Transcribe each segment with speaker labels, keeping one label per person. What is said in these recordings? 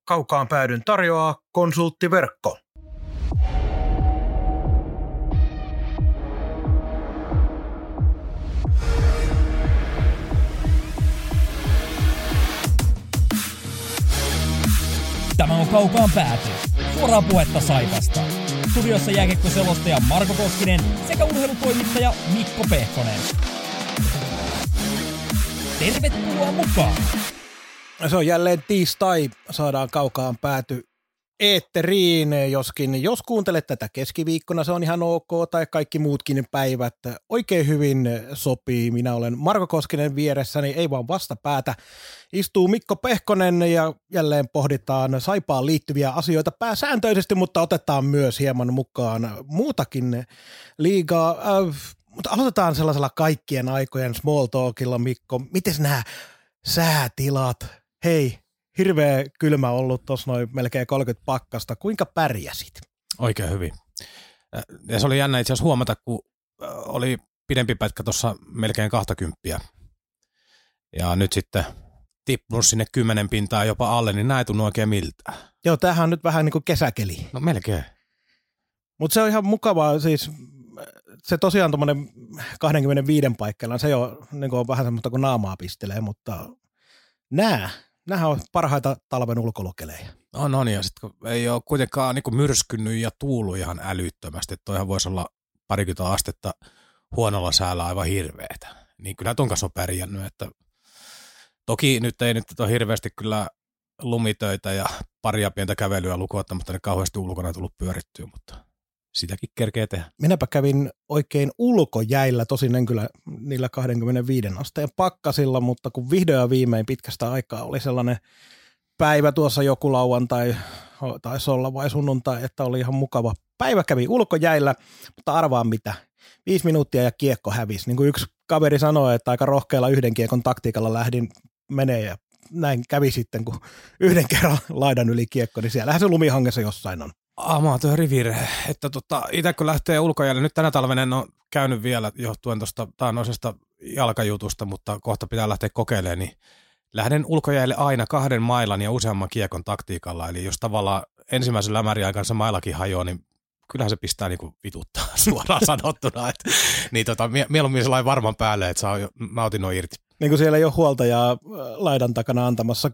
Speaker 1: Kaukaan päädyn tarjoaa Konsulttiverkko.
Speaker 2: Tämä on Kaukaan pääty. Suoraa puhetta Saipasta. Studiossa jääkiekkoselostaja Marko Koskinen sekä urheilutoimittaja Mikko Pehkonen. Tervetuloa mukaan!
Speaker 1: Se on jälleen tiistai. Saadaan Kaukaan pääty eetteriin, joskin jos kuuntelet tätä keskiviikkona, se on ihan ok, tai kaikki muutkin päivät oikein hyvin sopii. Minä olen Marko Koskinen, vieressäni, ei vaan vastapäätä, istuu Mikko Pehkonen ja jälleen pohditaan Saipaan liittyviä asioita pääsääntöisesti, mutta otetaan myös hieman mukaan muutakin liigaa. Mutta aloitetaan sellaisella kaikkien aikojen small talkilla, Mikko. Mites nämä säätilat? Hei, hirveä kylmä ollut tuossa noin melkein 30 pakkasta. Kuinka pärjäsit?
Speaker 3: Oikein hyvin. Ja se oli jännä itse asiassa huomata, kun oli pidempi pätkä tuossa melkein 20. Ja nyt sitten tippunut sinne 10 pintaa jopa alle, niin näin ei tunnu oikein miltään.
Speaker 1: Joo, tämähän on nyt vähän niin kuin kesäkeli.
Speaker 3: No melkein. Mutta
Speaker 1: se on ihan mukavaa, siis se tosiaan tuommoinen 25 paikkeilla, se jo niin kuin on vähän semmoista kuin naamaa pistelee, mutta nämähän on parhaita talven ulkolokeleja.
Speaker 3: On, ja sitten kun ei ole kuitenkaan niin kuin myrskynyt ja tuullut ihan älyttömästi, että toihan voisi olla 20 astetta huonolla säällä aivan hirveetä. Niin kyllä ton kanssa on pärjännyt, että toki nyt ei ole hirveästi kyllä lumitöitä ja paria pientä kävelyä lukuun ottamatta, ne kauheasti ulkona tullut pyörittyä, mutta sitäkin kerkee tehdä.
Speaker 1: Minäpä kävin oikein ulkojäillä, tosin en kyllä niillä 25 asteen pakkasilla, mutta kun vihdoin ja viimein pitkästä aikaa oli sellainen päivä tuossa joku lauantai, taisi olla vai sunnuntai, että oli ihan mukava päivä, kävi ulkojäillä, mutta arvaan mitä, 5 minuuttia ja kiekko hävisi. Niin kuin yksi kaveri sanoi, että aika rohkealla yhden kiekon taktiikalla lähdin menee ja näin kävi sitten, kun yhden kerran laidan yli kiekko, niin siellähän se lumihangessa jossain on.
Speaker 3: Amatöörivirhe, että itse kun lähtee ulkojäälle, nyt tänä talven en ole käynyt vielä johtuen tuosta taannoisesta jalkajutusta, mutta kohta pitää lähteä kokeilemaan, niin lähden ulkojäälle aina 2 mailan ja useamman kiekon taktiikalla, eli jos tavallaan ensimmäisen lämärin aikana se mailakin hajoaa, niin kyllähän se pistää niinku vituttaa suoraan sanottuna, että niin mieluummin sellainen varman päälle, että saa nautinnon irti.
Speaker 1: Niin kuin siellä ei ole huoltajaa laidan takana antamassa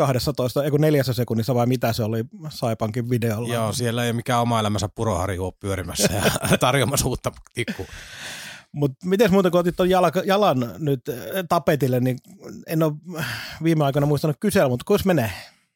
Speaker 1: 4 sekunnissa vai mitä se oli Saipankin videolla.
Speaker 3: Joo, siellä ei mikään oma elämänsä puroharju ole pyörimässä ja tarjoamassa uutta tikkua.
Speaker 1: Mutta miten muuta, kun otit tuon jalan nyt tapetille, niin en ole viime aikoina muistanut kysellä, mutta kuinka menee?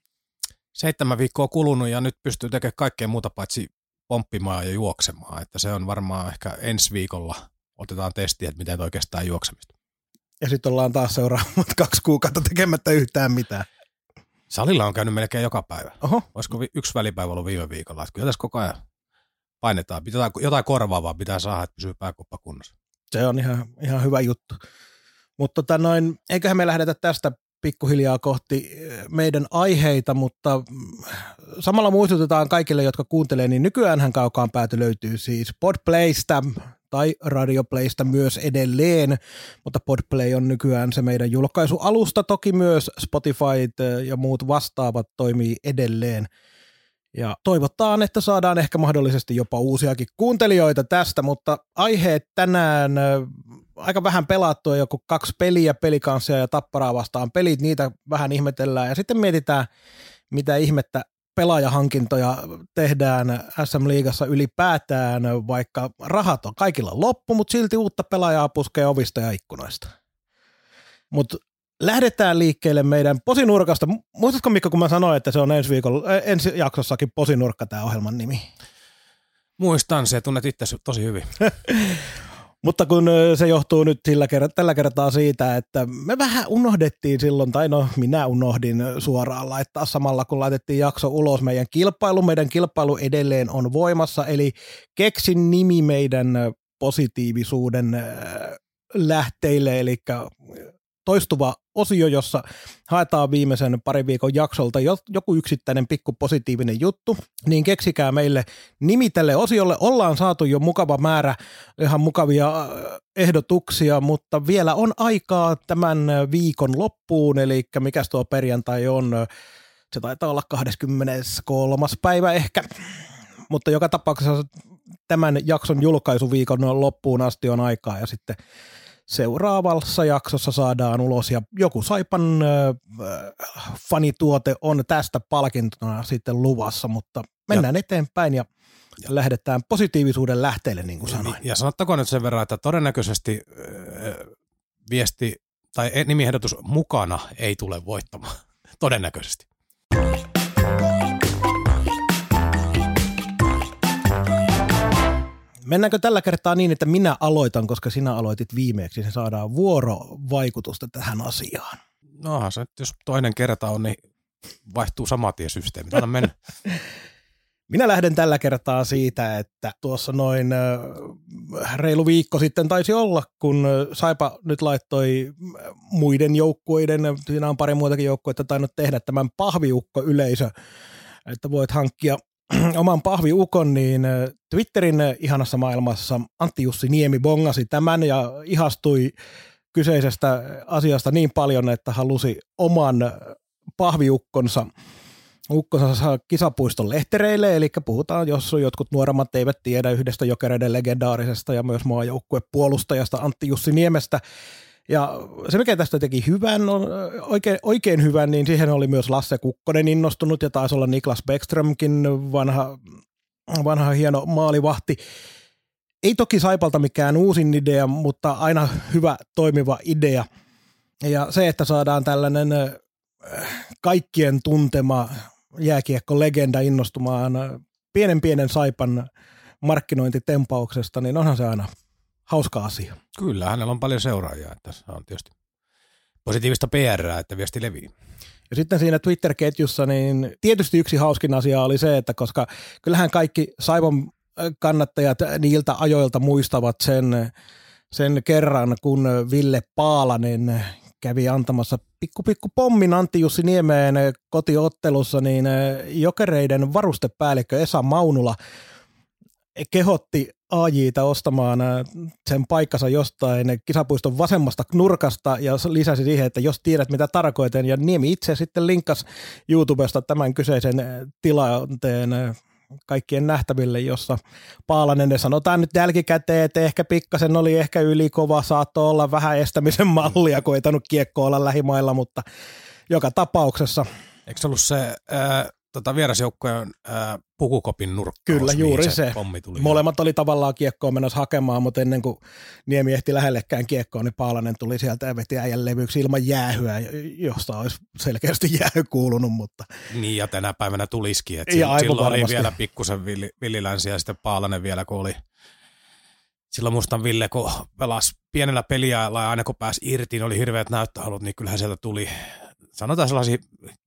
Speaker 3: 7 viikkoa kulunut ja nyt pystyy tekemään kaikkea muuta paitsi pomppimaan ja juoksemaan. Että se on varmaan ehkä ensi viikolla otetaan testiä, että miten oikeastaan juoksemista.
Speaker 1: Ja sitten ollaan taas seuraavat 2 kuukautta tekemättä yhtään mitään.
Speaker 3: Salilla on käynyt melkein joka päivä.
Speaker 1: Oho.
Speaker 3: Olisiko yksi välipäivä ollut viime viikolla? Että kyllä tässä koko ajan painetaan. Jotain korvaavaa pitää saada, että pysyy pääkoppa kunnossa.
Speaker 1: Se on ihan hyvä juttu. Mutta eiköhän me lähdetä tästä pikkuhiljaa kohti meidän aiheita, mutta samalla muistutetaan kaikille, jotka kuuntelee, niin nykyäänhän Kaukaan pääty löytyy siis Podplaysta tai Radioplaysta myös edelleen, mutta Podplay on nykyään se meidän julkaisualusta, toki myös Spotify ja muut vastaavat toimii edelleen. Ja toivotaan, että saadaan ehkä mahdollisesti jopa uusiakin kuuntelijoita tästä, mutta aiheet tänään aika vähän pelattua, joku 2 peliä, Pelikanssia ja Tapparaa vastaan pelit, niitä vähän ihmetellään ja sitten mietitään, mitä ihmettä pelaajahankintoja tehdään SM-liigassa ylipäätään, vaikka rahat on kaikilla loppu, mutta silti uutta pelaajaa puskee ovista ja ikkunoista. Mutta lähdetään liikkeelle meidän posinurkasta. Muistatko, Mikko, kun mä sanoin, että se on ensi jaksossakin posinurkka tämä ohjelman nimi?
Speaker 3: Muistan, se tunnet itse tosi hyvin.
Speaker 1: Mutta kun se johtuu nyt tällä kertaa siitä, että me vähän unohdettiin silloin, tai no minä unohdin suoraan laittaa samalla, kun laitettiin jakso ulos meidän kilpailu. Meidän kilpailu edelleen on voimassa, eli keksin nimi meidän positiivisuuden lähteille, eli toistuva osio, jossa haetaan viimeisen 2 viikon jaksolta joku yksittäinen pikku positiivinen juttu, niin keksikää meille nimi tälle osiolle. Ollaan saatu jo mukava määrä ihan mukavia ehdotuksia, mutta vielä on aikaa tämän viikon loppuun, eli mikäs tuo perjantai on, Se taitaa olla 23. päivä ehkä, mutta joka tapauksessa tämän jakson julkaisuviikon loppuun asti on aikaa ja sitten seuraavassa jaksossa saadaan ulos ja joku Saipan fanituote on tästä palkintona sitten luvassa, mutta mennään eteenpäin ja lähdetään positiivisuuden lähteelle, niin kuin sanoin.
Speaker 3: Ja sanottakoon nyt sen verran, että todennäköisesti viesti tai nimiehdotus mukana ei tule voittamaan. Todennäköisesti.
Speaker 1: Mennäänkö tällä kertaa niin, että minä aloitan, koska sinä aloitit viimeeksi, se saadaan vuorovaikutusta tähän asiaan.
Speaker 3: Nohan se, jos toinen kerta on, niin vaihtuu samatiesysteemi. Anna mennä.
Speaker 1: Minä lähden tällä kertaa siitä, että tuossa noin reilu viikko sitten taisi olla, kun Saipa nyt laittoi muiden joukkueiden, siinä on pari muutakin joukkueita tainnut tehdä tämän pahviukko-yleisö, että voit hankkia oman pahviukon, niin Twitterin ihanassa maailmassa Antti Jussi Niemi bongasi tämän ja ihastui kyseisestä asiasta niin paljon, että halusi oman pahviukkonsa kisapuiston lehtereille, eli puhutaan, jos jotkut nuoremmat eivät tiedä, yhdestä Jokereiden legendaarisesta ja myös maajoukkuepuolustajasta Antti Jussi Niemestä. Ja se, mikä tästä teki hyvän, oikein hyvän, niin siihen oli myös Lasse Kukkonen innostunut ja taisi olla Niklas Bäckströmkin, vanha hieno maalivahti. Ei toki Saipalta mikään uusin idea, mutta aina hyvä toimiva idea. Ja se, että saadaan tällainen kaikkien tuntema jääkiekko-legenda innostumaan pienen Saipan markkinointitempauksesta, niin onhan se aina hauska asia.
Speaker 3: Kyllä, hänellä on paljon seuraajia, että se on tietysti positiivista PR:ää, että viesti levii.
Speaker 1: Ja sitten siinä Twitter-ketjussa, niin tietysti yksi hauskin asia oli se, että koska kyllähän kaikki Saipan kannattajat niiltä ajoilta muistavat sen kerran, kun Ville Paalanen kävi antamassa pikku pommin Antti Jussi Niemeen kotiottelussa, niin Jokereiden varustepäällikkö Esa Maunula kehotti AJ:tä ostamaan sen paikkansa jostain kisapuiston vasemmasta nurkasta ja lisäsi siihen, että jos tiedät mitä tarkoitan, ja Niemi itse sitten linkkasi YouTubesta tämän kyseisen tilanteen kaikkien nähtäville, jossa Paalanen, sanotaan nyt jälkikäteen, että ehkä pikkasen oli ehkä ylikova, saattoi olla vähän estämisen mallia, kun ei tainnut kiekko olla lähimailla, mutta joka tapauksessa.
Speaker 3: Eikö se ollut se vierasjoukkojen pukukopin nurkkaus?
Speaker 1: Kyllä, juuri
Speaker 3: niin
Speaker 1: se.
Speaker 3: Tuli.
Speaker 1: Molemmat oli tavallaan kiekkoon menossa hakemaan, mutta ennen kuin Niemi ehti lähellekään kiekkoon, niin Paalanen tuli sieltä ja veti äijän levyksi ilman jäähyä, josta olisi selkeästi jäähy kuulunut. Mutta.
Speaker 3: Niin, ja tänä päivänä tulisikin. Silloin oli vielä pikkusen villilänsi ja sitten Paalanen vielä, kun oli. Silloin muistan Ville, kun pelasi pienellä peliajalla ja aina kun pääsi irti, niin oli hirveät näyttöhalut, niin kyllähän sieltä tuli, sanotaan sellaisia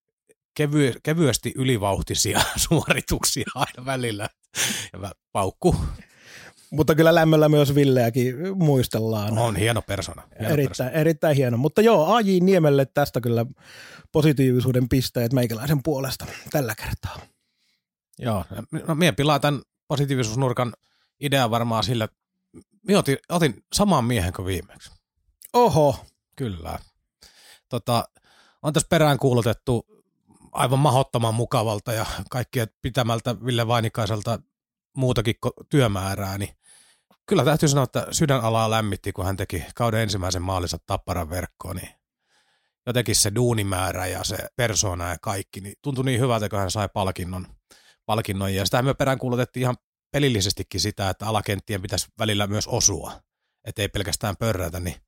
Speaker 3: kevyesti ylivauhtisia suorituksia aina välillä. Ja paukku.
Speaker 1: Mutta kyllä lämmöllä myös Villeäkin muistellaan.
Speaker 3: On hieno persona.
Speaker 1: Erittäin hieno. Mutta joo, A.J. Niemelle tästä kyllä positiivisuuden pisteet meikäläisen puolesta tällä kertaa.
Speaker 3: Joo, no minä pilaan tämän positiivisuusnurkan idean varmaan sillä, että minä otin saman miehen kuin viimeksi.
Speaker 1: Oho.
Speaker 3: Kyllä. On tässä perään kuulutettu aivan mahdottoman mukavalta ja kaikkia pitämältä Ville Vainikaiselta muutakin työmäärää, niin kyllä täytyy sanoa, että sydänalaa lämmitti, kun hän teki kauden ensimmäisen maalinsa Tapparan verkkoon, niin jotenkin se duunimäärä ja se persona ja kaikki, niin tuntui niin hyvältä, kun hän sai palkinnon. Ja sitä me perään kuulutettiin ihan pelillisestikin sitä, että alakenttien pitäisi välillä myös osua, ettei pelkästään pörrätä, niin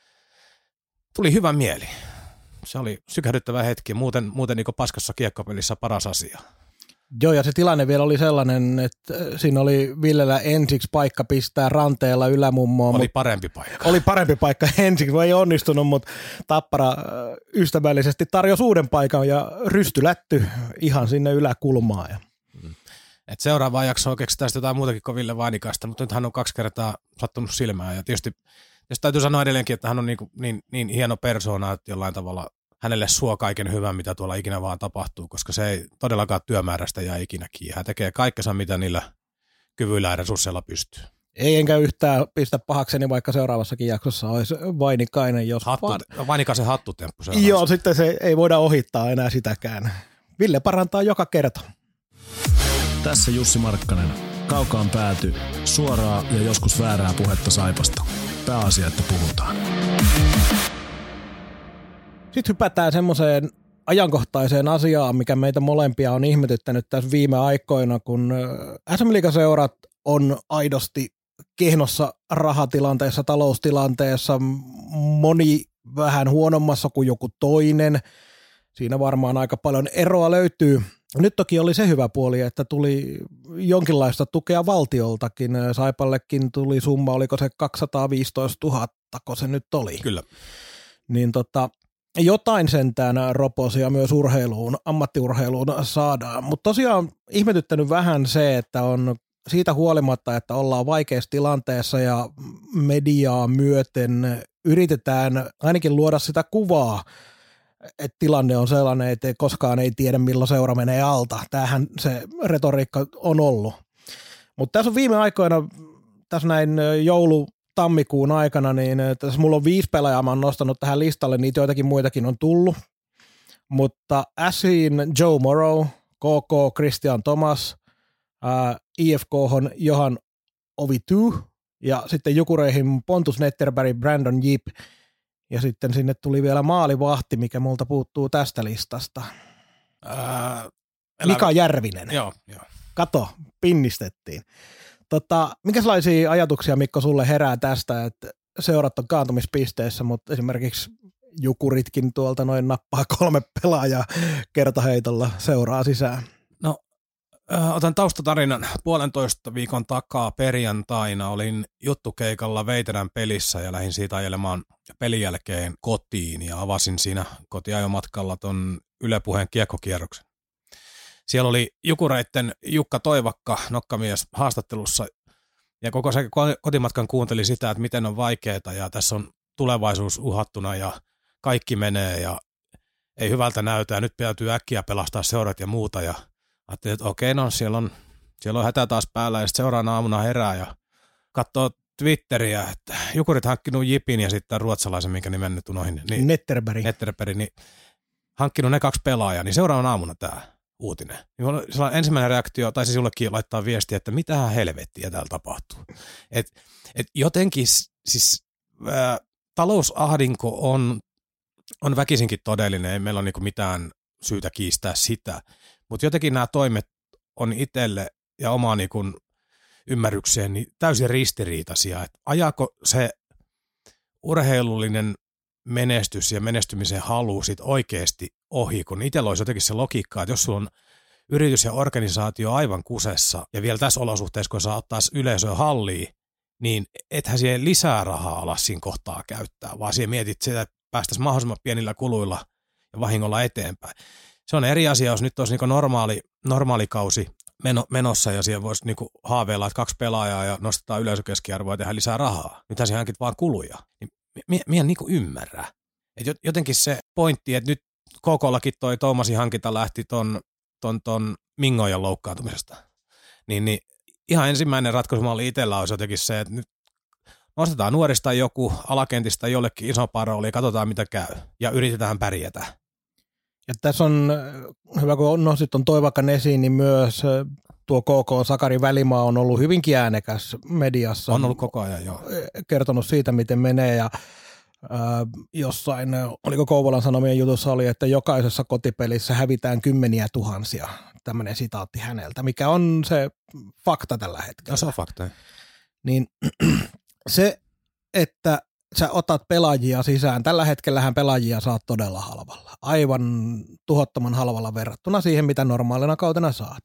Speaker 3: tuli hyvä mieli. Se oli sykähdyttävä hetki, muuten niin kuin paskassa kiekkopelissä paras asia.
Speaker 1: Joo, ja se tilanne vielä oli sellainen, että siinä oli Villellä ensiksi paikka pistää ranteella ylämummoon.
Speaker 3: Oli parempi paikka.
Speaker 1: Oli parempi paikka ensiksi, ei onnistunut, mutta Tappara ystävällisesti tarjosi uuden paikan ja rystylätty ihan sinne yläkulmaan.
Speaker 3: Et seuraavaan jaksoon keksitään jotain muutakin kuin Ville Vainikasta, mutta nyt hän on 2 kertaa sattunut silmään. Ja tietysti täytyy sanoa edelleenkin, että hän on niin hieno persoona, että jollain tavalla hänelle suo kaiken hyvän, mitä tuolla ikinä vaan tapahtuu, koska se ei todellakaan työmäärästä jää ikinä kiinni. Hän tekee kaikkensa, mitä niillä kyvyillä ja resursseilla pystyy.
Speaker 1: Ei enkä yhtään pistä pahakseni, vaikka seuraavassakin jaksossa olisi Vainikainen.
Speaker 3: Vainikaisen hattutemppu.
Speaker 1: Joo, sitten se ei voida ohittaa enää sitäkään. Ville parantaa joka kerta.
Speaker 4: Tässä Jussi Markkanen. Kaukaan pääty. Suoraa ja joskus väärää puhetta Saipasta. Pääasia, että puhutaan.
Speaker 1: Sitten hypätään semmoiseen ajankohtaiseen asiaan, mikä meitä molempia on ihmetyttänyt tässä viime aikoina, kun SM-liigaseurat on aidosti kehnossa rahatilanteessa, taloustilanteessa, moni vähän huonommassa kuin joku toinen. Siinä varmaan aika paljon eroa löytyy. Nyt toki oli se hyvä puoli, että tuli jonkinlaista tukea valtioltakin. Saipallekin tuli summa, oliko se 215 000, kun se nyt oli.
Speaker 3: Kyllä.
Speaker 1: Niin jotain sentään roposia myös urheiluun, ammattiurheiluun saadaan. Mutta tosiaan ihmetyttänyt vähän se, että on siitä huolimatta, että ollaan vaikeassa tilanteessa ja mediaa myöten yritetään ainakin luoda sitä kuvaa, että tilanne on sellainen, että koskaan ei tiedä milloin seura menee alta. Tämähän se retoriikka on ollut. Mutta tässä on viime aikoina, tässä näin tammikuun aikana, niin tässä mulla on 5 pelaajaa, mä oon nostanut tähän listalle, niitä joitakin muitakin on tullut. Mutta Äsiin Joe Morrow, KK Christian Thomas, IFK:hon Johan Ovitu ja sitten Jukureihin Pontus Netterberg, Brandon Jip ja sitten sinne tuli vielä maalivahti, mikä multa puuttuu tästä listasta. Mika Järvinen.
Speaker 3: Joo.
Speaker 1: Kato, pinnistettiin. Minkälaisia ajatuksia, Mikko, sulle herää tästä, että seurat on kaantumispisteessä, mutta esimerkiksi Jukuritkin tuolta noin nappaa 3 pelaajaa kertaheitolla seuraa sisään?
Speaker 3: No, otan taustatarinan 1,5 viikon takaa perjantaina. Olin juttukeikalla Veiterän pelissä ja lähdin siitä ajelemaan pelin jälkeen kotiin ja avasin siinä kotiajomatkalla ton Yle Puheen kiekkokierroksen. Siellä oli Jukureitten Jukka Toivakka, nokkamies, haastattelussa ja koko se kotimatkan kuunteli sitä, että miten on vaikeaa ja tässä on tulevaisuus uhattuna ja kaikki menee ja ei hyvältä näytä ja nyt täytyy äkkiä pelastaa seurat ja muuta ja ajattelin, että okei, no siellä on hätä taas päällä ja sitten seuraavana aamuna herää ja katsoo Twitteriä, että Jukurit hankkinut Jipin ja sitten ruotsalaisen, minkä nimen nyt unohin. Niin, Netterberg, niin hankkinut ne 2 pelaajaa, niin seuraavana aamuna tämä uutinen. Niin ensimmäinen reaktio, tai siis jullekin laittaa viestiä, että mitähän helvettiä täällä tapahtuu. Et jotenkin siis talousahdinko on väkisinkin todellinen, ei meillä ole niinku mitään syytä kiistää sitä, mutta jotenkin nämä toimet on itselle ja omaan niinku ymmärrykseen niin täysin ristiriitaisia. Et ajaako se urheilullinen menestys ja menestymisen halu sit oikeasti ohi, kun itsellä olisi jotenkin se logiikka, että jos sulla on yritys ja organisaatio aivan kusessa ja vielä tässä olosuhteessa, kun saa ottaa yleisöä halliin, niin ethän siihen lisää rahaa ala siinä kohtaa käyttää, vaan siihen mietit sitä, että päästäisiin mahdollisimman pienillä kuluilla ja vahingolla eteenpäin. Se on eri asia, jos nyt olisi niin normaali kausi menossa ja siihen voisi niin haaveilla, että 2 pelaajaa ja nostetaan yleisökeskiarvoa ja tehdään lisää rahaa. Nythän siihen hankit vaan kuluja. Mie en niin ymmärrä. Et jotenkin se pointti, että nyt KK:llakin toi Toumasin hankinta lähti ton Mingojan loukkaantumisesta. Niin ihan ensimmäinen ratkaisumalli itsellä olisi jotenkin se, että nyt nostetaan nuorista joku, alakentistä jollekin isompaa roolia, katsotaan mitä käy ja yritetään pärjätä. Ja
Speaker 1: tässä on hyvä, kun nostit on Toivakan esiin, niin myös tuo KK Sakari Välimaa on ollut hyvinkin äänekäs mediassa.
Speaker 3: On ollut koko ajan, joo.
Speaker 1: Kertonut siitä, miten menee ja jossain, oliko Kouvolan Sanomien jutussa oli, että jokaisessa kotipelissä hävitään 10 000. Tämmöinen sitaatti häneltä, mikä on se fakta tällä hetkellä.
Speaker 3: Se on fakta.
Speaker 1: Niin se, että sä otat pelaajia sisään, tällä hetkellähän pelaajia saat todella halvalla. Aivan tuhottoman halvalla verrattuna siihen, mitä normaalina kautena saat.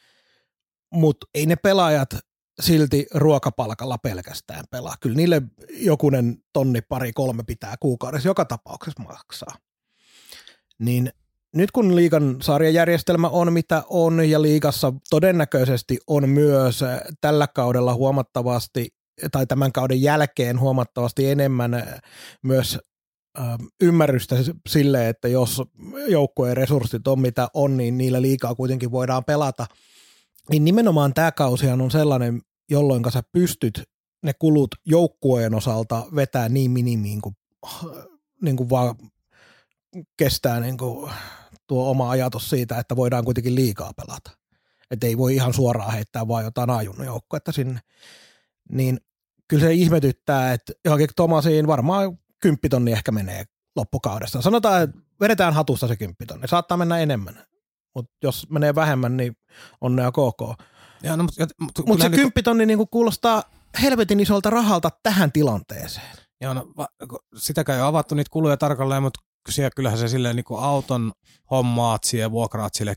Speaker 1: Mutta ei ne pelaajat silti ruokapalkalla pelkästään pelaa. Kyllä niille jokunen 1,2-3 pitää kuukaudessa joka tapauksessa maksaa. Niin nyt kun liigan sarjajärjestelmä on mitä on ja liigassa todennäköisesti on myös tällä kaudella huomattavasti tai tämän kauden jälkeen huomattavasti enemmän myös ymmärrystä sille, että jos joukkueen resurssit on mitä on, niin niillä liigaa kuitenkin voidaan pelata. Niin nimenomaan tämä kausihan on sellainen, jolloin sä pystyt ne kulut joukkueen osalta vetää niin minimiin kuin vaan kestää niin kuin tuo oma ajatus siitä, että voidaan kuitenkin liigaa pelata. Että ei voi ihan suoraan heittää vaan jotain A-junnujoukkuetta sinne. Niin kyllä se ihmetyttää, että johonkin Tomasiin varmaan 10 000 ehkä menee loppukaudesta. Sanotaan, että vedetään hatusta se 10 000. Saattaa mennä enemmän, mutta jos menee vähemmän, niin onnea KK. Mutta se 10 000 niin kuulostaa helvetin isolta rahalta tähän tilanteeseen.
Speaker 3: Joo, no sitäkään ei ole avattu niitä kuluja tarkalleen, mutta kyllähän se silleen niin kuin auton hommaat siihen, vuokraat sille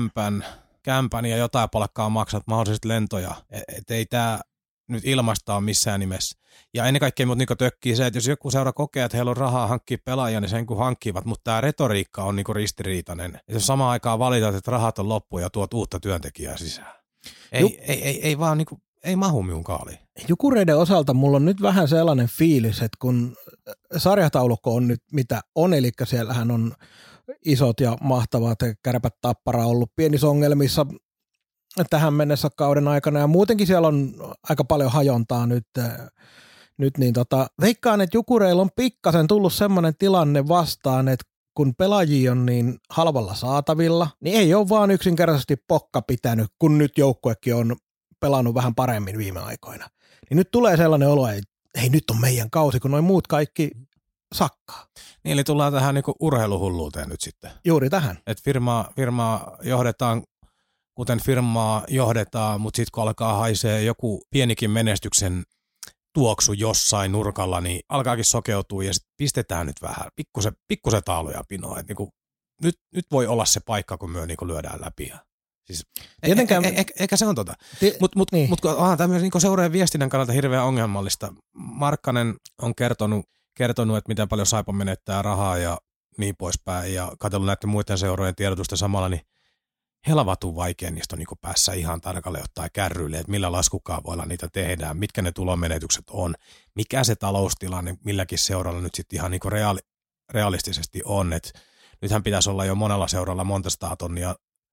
Speaker 3: kämpän ja jotain palkkaa maksat, mahdollisesti lentoja. Että ei tämä nyt ilmasta ole missään nimessä. Ja ennen kaikkea mut niinku tökkii se, että jos joku seura kokee, että heillä on rahaa hankkia pelaajia, niin sen kun hankkivat, mutta tämä retoriikka on niinku ristiriitainen. Et jos samaan aikaan valitat, että rahat on loppu ja tuot uutta työntekijää sisään. Ei vaan niinku, ei mahu minun kaaliin.
Speaker 1: Jukureiden osalta mulla on nyt vähän sellainen fiilis, että kun sarjataulukko on nyt mitä on, eli siellähän on isot ja mahtavat Kärpät Tappara ollut pienissä ongelmissa tähän mennessä kauden aikana, ja muutenkin siellä on aika paljon hajontaa nyt niin veikkaan, että Jukureilla on pikkasen tullut semmoinen tilanne vastaan, että kun pelaajia on niin halvalla saatavilla, niin ei ole vaan yksinkertaisesti pokka pitänyt, kun nyt joukkuekin on pelannut vähän paremmin viime aikoina. Niin nyt tulee sellainen olo, että hei, nyt on meidän kausi, kun noin muut kaikki sakkaa.
Speaker 3: Niin, eli tullaan tähän niinku urheiluhulluuteen nyt sitten.
Speaker 1: Juuri tähän.
Speaker 3: Että firmaa johdetaan, kuten firmaa johdetaan, mutta sitten kun alkaa haisee joku pienikin menestyksen tuoksu jossain nurkalla, niin alkaakin sokeutua ja sitten pistetään nyt vähän pikkusen taaloja pinoa. Niinku, nyt voi olla se paikka, kun me niinku lyödään läpi. Siis, eikä se on Mutta onhan tämä myös niinku seuraajan viestinnän kannalta hirveän ongelmallista. Markkanen on kertonut, että miten paljon Saipa menettää rahaa ja niin poispäin, ja katsellut näiden muiden seurojen tiedotusta samalla, niin helvatun vaikea niistä on niin päässä ihan tarkalleen ottaa kärryille, että millä laskukaavoilla niitä tehdään, mitkä ne tulonmenetykset on, mikä se taloustilanne milläkin seuralla nyt sitten ihan niin realistisesti on. Et nythän pitäisi olla jo monella seuralla monta 100 000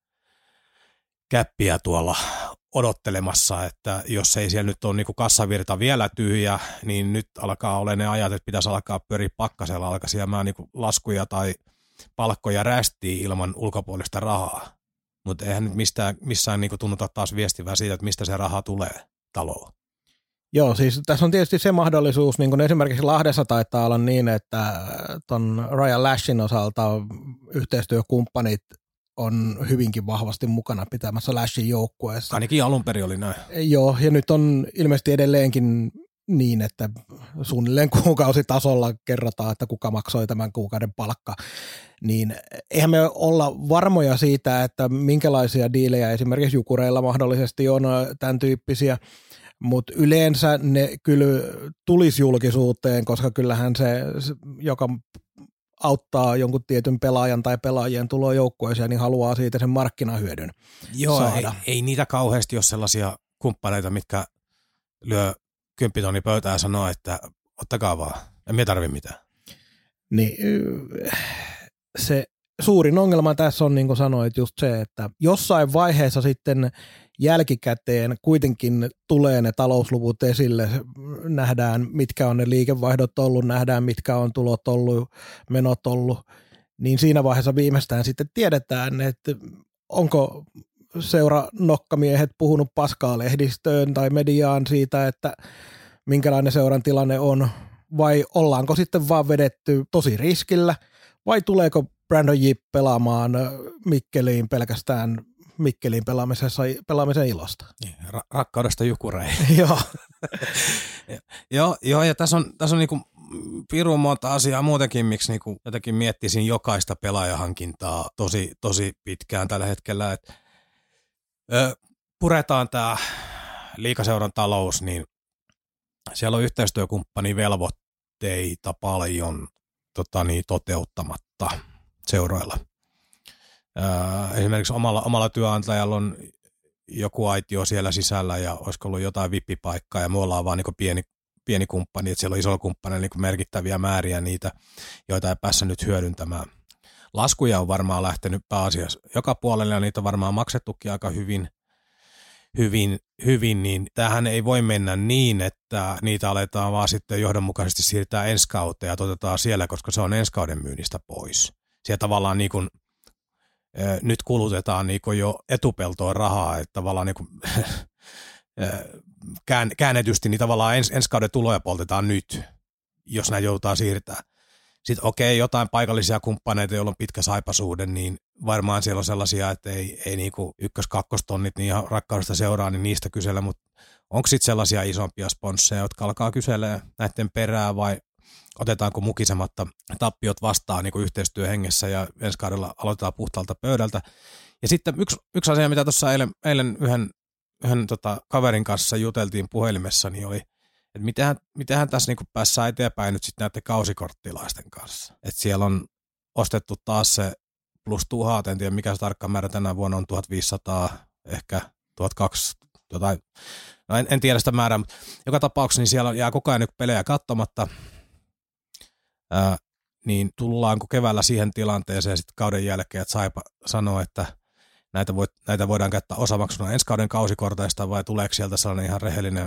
Speaker 3: käppiä tuolla odottelemassa, että jos ei siellä nyt ole niin kassavirta vielä tyhjä, niin nyt alkaa olla ne ajat, että pitäisi alkaa pyöriä pakkasella, alkaa siellä niin laskuja tai palkkoja rästii ilman ulkopuolista rahaa. Mutta eihän nyt missään niin tunnuta taas viestivää siitä, että mistä se raha tulee taloon.
Speaker 1: Joo, siis tässä on tietysti se mahdollisuus, niin kuin esimerkiksi Lahdessa taitaa olla niin, että ton Ryan Lashin osalta yhteistyökumppanit on hyvinkin vahvasti mukana pitämässä Lashin joukkueessa.
Speaker 3: Ainakin alun perin oli näin.
Speaker 1: Joo, ja nyt on ilmeisesti edelleenkin niin, että suunnilleen kuukausitasolla kerrotaan, että kuka maksoi tämän kuukauden palkka, niin eihän me olla varmoja siitä, että minkälaisia diilejä esimerkiksi Jukureilla mahdollisesti on tämän tyyppisiä, mutta yleensä ne kyllä tulisi julkisuuteen, koska kyllähän se joka auttaa jonkun tietyn pelaajan tai pelaajien tuloa joukkueeseen, niin haluaa siitä sen markkinahyödyn saada.
Speaker 3: Ei niitä kauheasti ole sellaisia kumppaneita, mitkä lyö 10 000 pöytään ja sanoo, että ottakaa vaan, en me tarvitse mitään.
Speaker 1: Niin, se suurin ongelma tässä on, niin kuin sanoit, just se, että jossain vaiheessa sitten jälkikäteen kuitenkin tulee ne talousluvut esille, nähdään mitkä on ne liikevaihdot ollut, nähdään mitkä on tulot ollut, menot ollut, niin siinä vaiheessa viimeistään sitten tiedetään, että onko seuranokkamiehet puhunut paskaa lehdistöön tai mediaan siitä, että minkälainen seuran tilanne on, vai ollaanko sitten vaan vedetty tosi riskillä, vai tuleeko Brandon Yip pelaamaan Mikkeliin pelkästään Mikkeliin pelaamisen ilosta.
Speaker 3: Rakkaudesta Jukureihin.
Speaker 1: Joo.
Speaker 3: Joo, ja tässä on niinku pirun monta asiaa muutenkin, miksi niinku jotenkin miettisin jokaista pelaajahankintaa tosi pitkään tällä hetkellä. Puretaan tämä liigaseuran talous, niin siellä on yhteistyökumppani velvoitteita paljon toteuttamatta seuroilla. Esimerkiksi omalla työnantajalla on joku aitio siellä sisällä ja olisiko ollut jotain vippipaikkaa ja me ollaan vaan niin pieni kumppani, että siellä on isolla kumppanilla niin merkittäviä määriä niitä, joita ei päässä nyt hyödyntämään. Laskuja on varmaan lähtenyt pääasiassa joka puolelle ja niitä on varmaan maksettukin aika hyvin, niin tämähän ei voi mennä niin, että niitä aletaan vaan sitten johdonmukaisesti siirtää ensi kauteen ja toteutetaan siellä, koska se on ensi kauden myynnistä pois. siellä tavallaan niin kuin, nyt kulutetaan niin kuin jo etupeltoon rahaa, että tavallaan niin kuin, käännetysti niin tavallaan ensi kauden tuloja poltetaan nyt, jos näin joudutaan siirtää. Sitten jotain paikallisia kumppaneita, joilla on pitkä saipasuhde, niin varmaan siellä on sellaisia, että ei niinku ykkös-kakkostonnit niin ihan rakkaudesta seuraa, niin niistä kysellä, mutta onko sitten sellaisia isompia sponsseja, jotka alkaa kyselee näiden perää vai otetaanko mukisematta tappiot vastaan niinku yhteistyöhengessä ja ensi kaudella aloitetaan puhtaalta pöydältä. Ja sitten yksi asia, mitä tuossa eilen yhden kaverin kanssa juteltiin puhelimessa, niin oli, että mitähän tässä niinku päässään eteenpäin nyt sitten näiden kausikorttilaisten kanssa. Että siellä on ostettu taas se plus 1000, en tiedä mikä se tarkka määrä tänä vuonna on, 1500, ehkä 1200, jotain. No en tiedä sitä määrää, mutta joka tapauksessa niin siellä jää koko ajan nyt pelejä katsomatta. Niin tullaanko keväällä siihen tilanteeseen sitten kauden jälkeen, että Saipa sanoo, että näitä voidaan käyttää osamaksuna ensi kauden kausikorteista vai tuleeko sieltä sellainen ihan rehellinen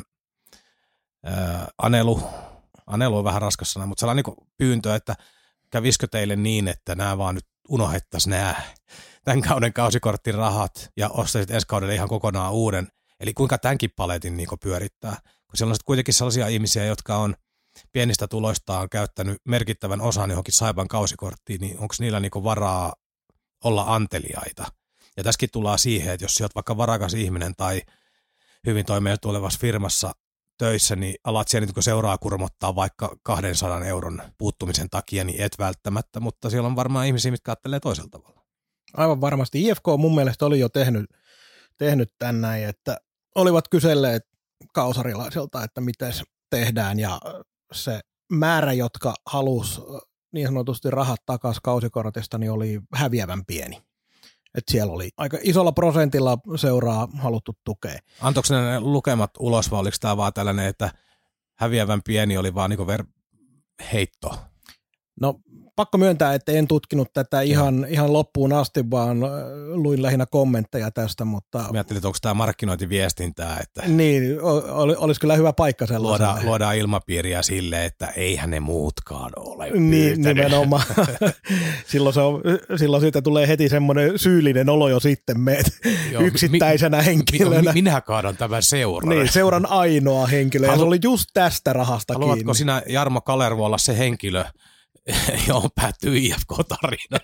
Speaker 3: anelu on vähän raskas sana, mutta sellainen niin pyyntö, että kävisikö teille niin, että nämä vaan nyt unohdettaisiin nämä tämän kauden kausikortin rahat ja ostaisit ensi kaudelle ihan kokonaan uuden. Eli kuinka tämänkin paletin niin pyörittää. Kun siellä on kuitenkin sellaisia ihmisiä, jotka on pienistä tuloistaan käyttänyt merkittävän osan johonkin Saipan kausikorttiin, niin onko niillä niin varaa olla anteliaita? Ja tässäkin tullaan siihen, että jos sä oot vaikka varakas ihminen tai hyvin toimeen tulevassa firmassa töissä, niin alat siellä niin seuraa kurmottaa vaikka 200 euron puuttumisen takia, niin et välttämättä, mutta siellä on varmaan ihmisiä, mitkä ajattelee toisella tavalla.
Speaker 1: Aivan varmasti. IFK mun mielestä oli jo tehnyt tän näin, että olivat kyselleet kausarilaisilta, että miten tehdään, ja se määrä, jotka halusi niin sanotusti rahat takaisin kausikortista, niin oli häviävän pieni. Että siellä oli aika isolla prosentilla seuraa haluttu tukea.
Speaker 3: Antoiko ne lukemat ulos, vai oliko tämä vaan tällainen, että häviävän pieni oli vaan niin heitto?
Speaker 1: No pakko myöntää, että en tutkinut tätä ihan loppuun asti, vaan luin lähinnä kommentteja tästä, mutta... Mä
Speaker 3: ajattelin, että onko tämä markkinointiviestintää, että...
Speaker 1: Niin, olisi kyllä hyvä paikka sellaiselle.
Speaker 3: Luodaan ilmapiiriä sille, että eihän ne muutkaan ole
Speaker 1: niin, nimenomaan. silloin siitä tulee heti semmoinen syyllinen olo jo sitten meet yksittäisenä henkilönä.
Speaker 3: Minä kaadan tämän seuran.
Speaker 1: Niin, seuran ainoa henkilö, ja se oli just tästä rahasta kiinni.
Speaker 3: Haluatko sinä, Jarmo Kalervo, olla se henkilö, johon päättyy IFK-tarina?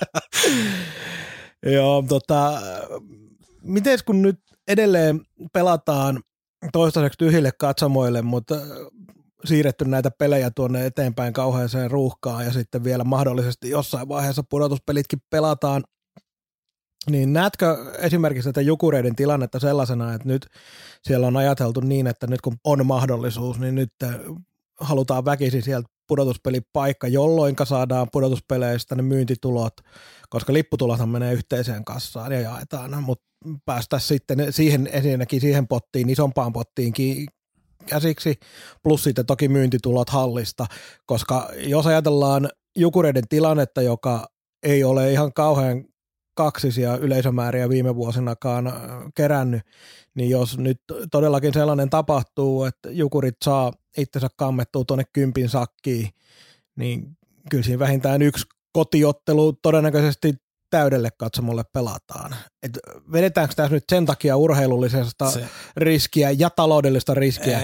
Speaker 1: Joo, miten kun nyt edelleen pelataan toistaiseksi tyhjille katsomoille, mutta siirretty näitä pelejä tuonne eteenpäin kauheaseen ruuhkaan ja sitten vielä mahdollisesti jossain vaiheessa pudotuspelitkin pelataan, niin näetkö esimerkiksi tätä Jukureiden tilannetta sellaisena, että nyt siellä on ajateltu niin, että nyt kun on mahdollisuus, niin nyt halutaan väkisin sieltä pudotuspelipaikka, jolloin saadaan pudotuspeleistä ne myyntitulot, koska lipputulothan menee yhteiseen kassaan ja jaetaan, mutta päästä sitten siihen pottiin, isompaan pottiinkin käsiksi, plus sitten toki myyntitulot hallista, koska jos ajatellaan Jukureiden tilannetta, joka ei ole ihan kauhean kaksisia yleisömääriä viime vuosinakaan kerännyt, niin jos nyt todellakin sellainen tapahtuu, että Jukurit saa itsensä kammettua tuonne 10 sakkiin, niin kyllä siinä vähintään yksi kotiottelu todennäköisesti täydelle katsomolle pelataan. Et vedetäänkö tässä nyt sen takia urheilullisesta riskiä ja taloudellista riskiä?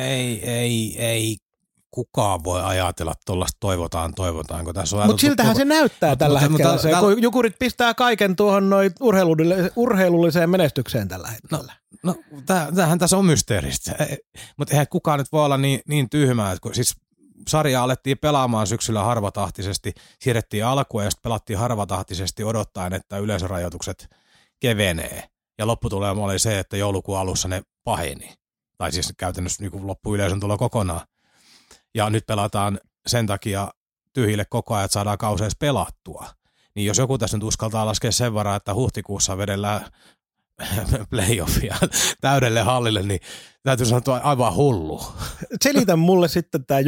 Speaker 3: Ei kukaan voi ajatella tuollaista toivotaanko tässä on.
Speaker 1: Mutta siltähän se näyttää tällä hetkellä, kun Jukurit pistää kaiken tuohon noin urheilulliseen menestykseen tällä hetkellä.
Speaker 3: No tämähän tässä on mysteeristä, mutta eihän kukaan nyt voi olla niin tyhmää, että siis sarjaa alettiin pelaamaan syksyllä harvatahtisesti, siirrettiin alkua ja sitten pelattiin harvatahtisesti odottaen, että yleisörajoitukset kevenee. Ja lopputulema oli se, että joulukuun alussa ne paheni. Tai siis käytännössä niin loppuyleisön tulo kokonaan. Ja nyt pelataan sen takia tyhjille koko ajan, että saadaan kauseessa pelattua. Niin jos joku tässä nyt uskaltaa laskea sen varaa, että huhtikuussa vedellään playoffia täydelle hallille, niin täytyy sanoa aivan hullu.
Speaker 1: Selitä mulle sitten tämä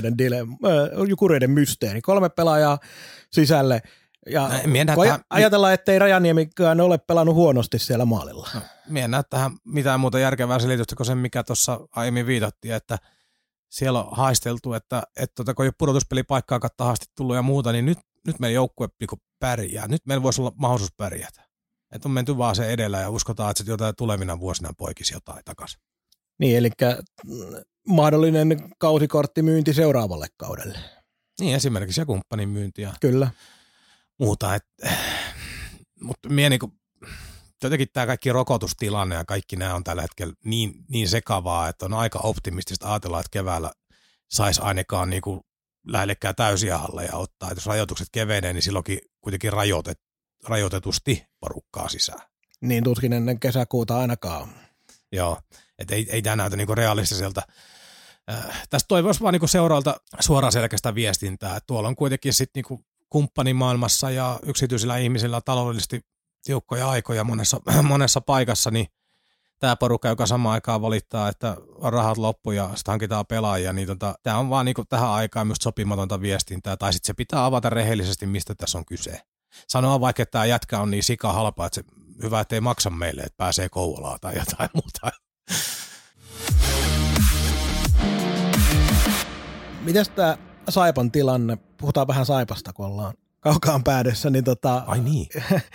Speaker 1: Jukureiden mysteeri. 3 pelaajaa sisälle. Ja ajatellaan, ettei Rajaniemikään ole pelannut huonosti siellä maalilla.
Speaker 3: No, minä en näe tähän mitään muuta järkevää selitystä kuin sen, mikä tuossa aiemmin viitattiin, että siellä on haisteltu, että kun ei ole pudotuspelipaikkaa kattahasti tullut ja muuta, niin nyt meidän joukkue pärjää. Nyt meillä voisi olla mahdollisuus pärjätä. Että on menty vaan se edellä ja uskotaan, että se jotain tulevina vuosina poikisi jotain takaisin.
Speaker 1: Niin, eli mahdollinen kausikorttimyynti seuraavalle kaudelle.
Speaker 3: Niin, esimerkiksi ja kumppanin myynti ja
Speaker 1: Kyllä.
Speaker 3: muuta. Mutta minä niinku, jotenkin tämä kaikki rokotustilanne ja kaikki nämä on tällä hetkellä niin sekavaa, että on aika optimistista ajatella, että keväällä saisi ainakaan niinku lähellekään täysiä halleja ottaa. Et jos rajoitukset kevenee, niin silloinkin kuitenkin rajoitetusti porukkaa sisään.
Speaker 1: Niin tuskin ennen kesäkuuta ainakaan.
Speaker 3: Joo, että ei tämä näytä niinku realistiselta. Tästä toivoisi vaan niinku seuraalta suoraan selkeästä viestintää. Että tuolla on kuitenkin sitten niinku kumppanimaailmassa ja yksityisillä ihmisillä taloudellisesti tiukkoja aikoja monessa paikassa, niin tämä porukka, joka samaan aikaan valittaa, että on rahat loppu ja sitten hankitaan pelaajia, niin tämä on vaan niinku tähän aikaan myös sopimatonta viestintää, tai sitten se pitää avata rehellisesti, mistä tässä on kyse. Sanoa vaikka, että tämä jätkä on niin sika halpa, että se hyvä, ettei maksa meille, että pääsee Kouvolaan tai jotain muuta.
Speaker 1: Mites tämä Saipan tilanne? Puhutaan vähän Saipasta, kun ollaan kaukaan päädessä. Niin
Speaker 3: Ai niin.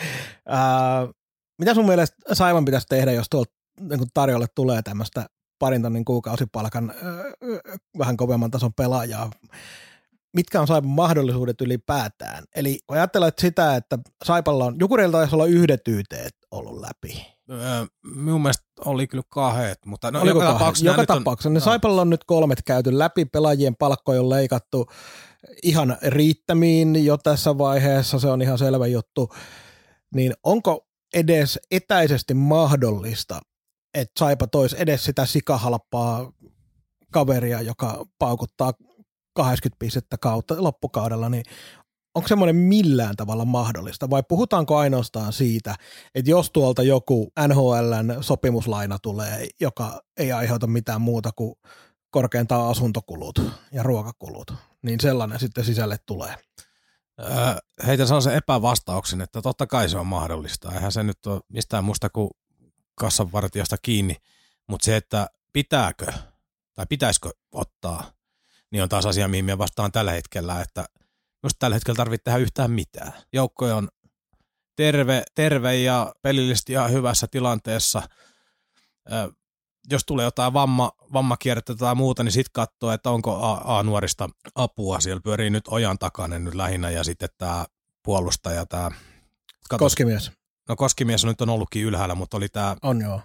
Speaker 1: Mitä sun mielestä Saipan pitäisi tehdä, jos tuolta niin tarjolle tulee tämmöistä 2 tonnin kuukausipalkan vähän kovemman tason pelaajaa? Mitkä on Saipan mahdollisuudet ylipäätään? Eli kun ajattelet sitä, että Saipalla on, Jukureilla taisi olla 1 YT ollut läpi.
Speaker 3: Minun mielestä oli kyllä 2, mutta
Speaker 1: no, joka tapauksessa. Ne Saipalla on nyt 3 käyty läpi, pelaajien palkkoja on leikattu ihan riittämiin jo tässä vaiheessa, se on ihan selvä juttu. Niin onko edes etäisesti mahdollista, että Saipa toisi edes sitä sikahalppaa kaveria, joka paukuttaa 80 pistettä kautta loppukaudella, niin onko semmoinen millään tavalla mahdollista vai puhutaanko ainoastaan siitä, että jos tuolta joku NHL:n sopimuslaina tulee, joka ei aiheuta mitään muuta kuin korkeintaan asuntokulut ja ruokakulut, niin sellainen sitten sisälle tulee?
Speaker 3: Heitä sellaisen epävastauksen, että totta kai se on mahdollista. Eihän se nyt ole mistään muusta kuin kassanvartijasta kiinni, mutta se, että pitääkö tai pitäisikö ottaa, niin on taas asia, mihin minä vastaan tällä hetkellä, että just tällä hetkellä tarvitse tehdä yhtään mitään. Joukko on terve ja pelillisesti ihan hyvässä tilanteessa. Jos tulee jotain vammakierrettä tai muuta, niin sitten katsoo, että onko A-nuorista apua. Siellä pyörii nyt Ojan Takanen nyt lähinnä ja sitten tämä puolustaja, tämä
Speaker 1: Koskimies.
Speaker 3: No Koskimies nyt on ollutkin ylhäällä, mutta oli tämä...
Speaker 1: On joo.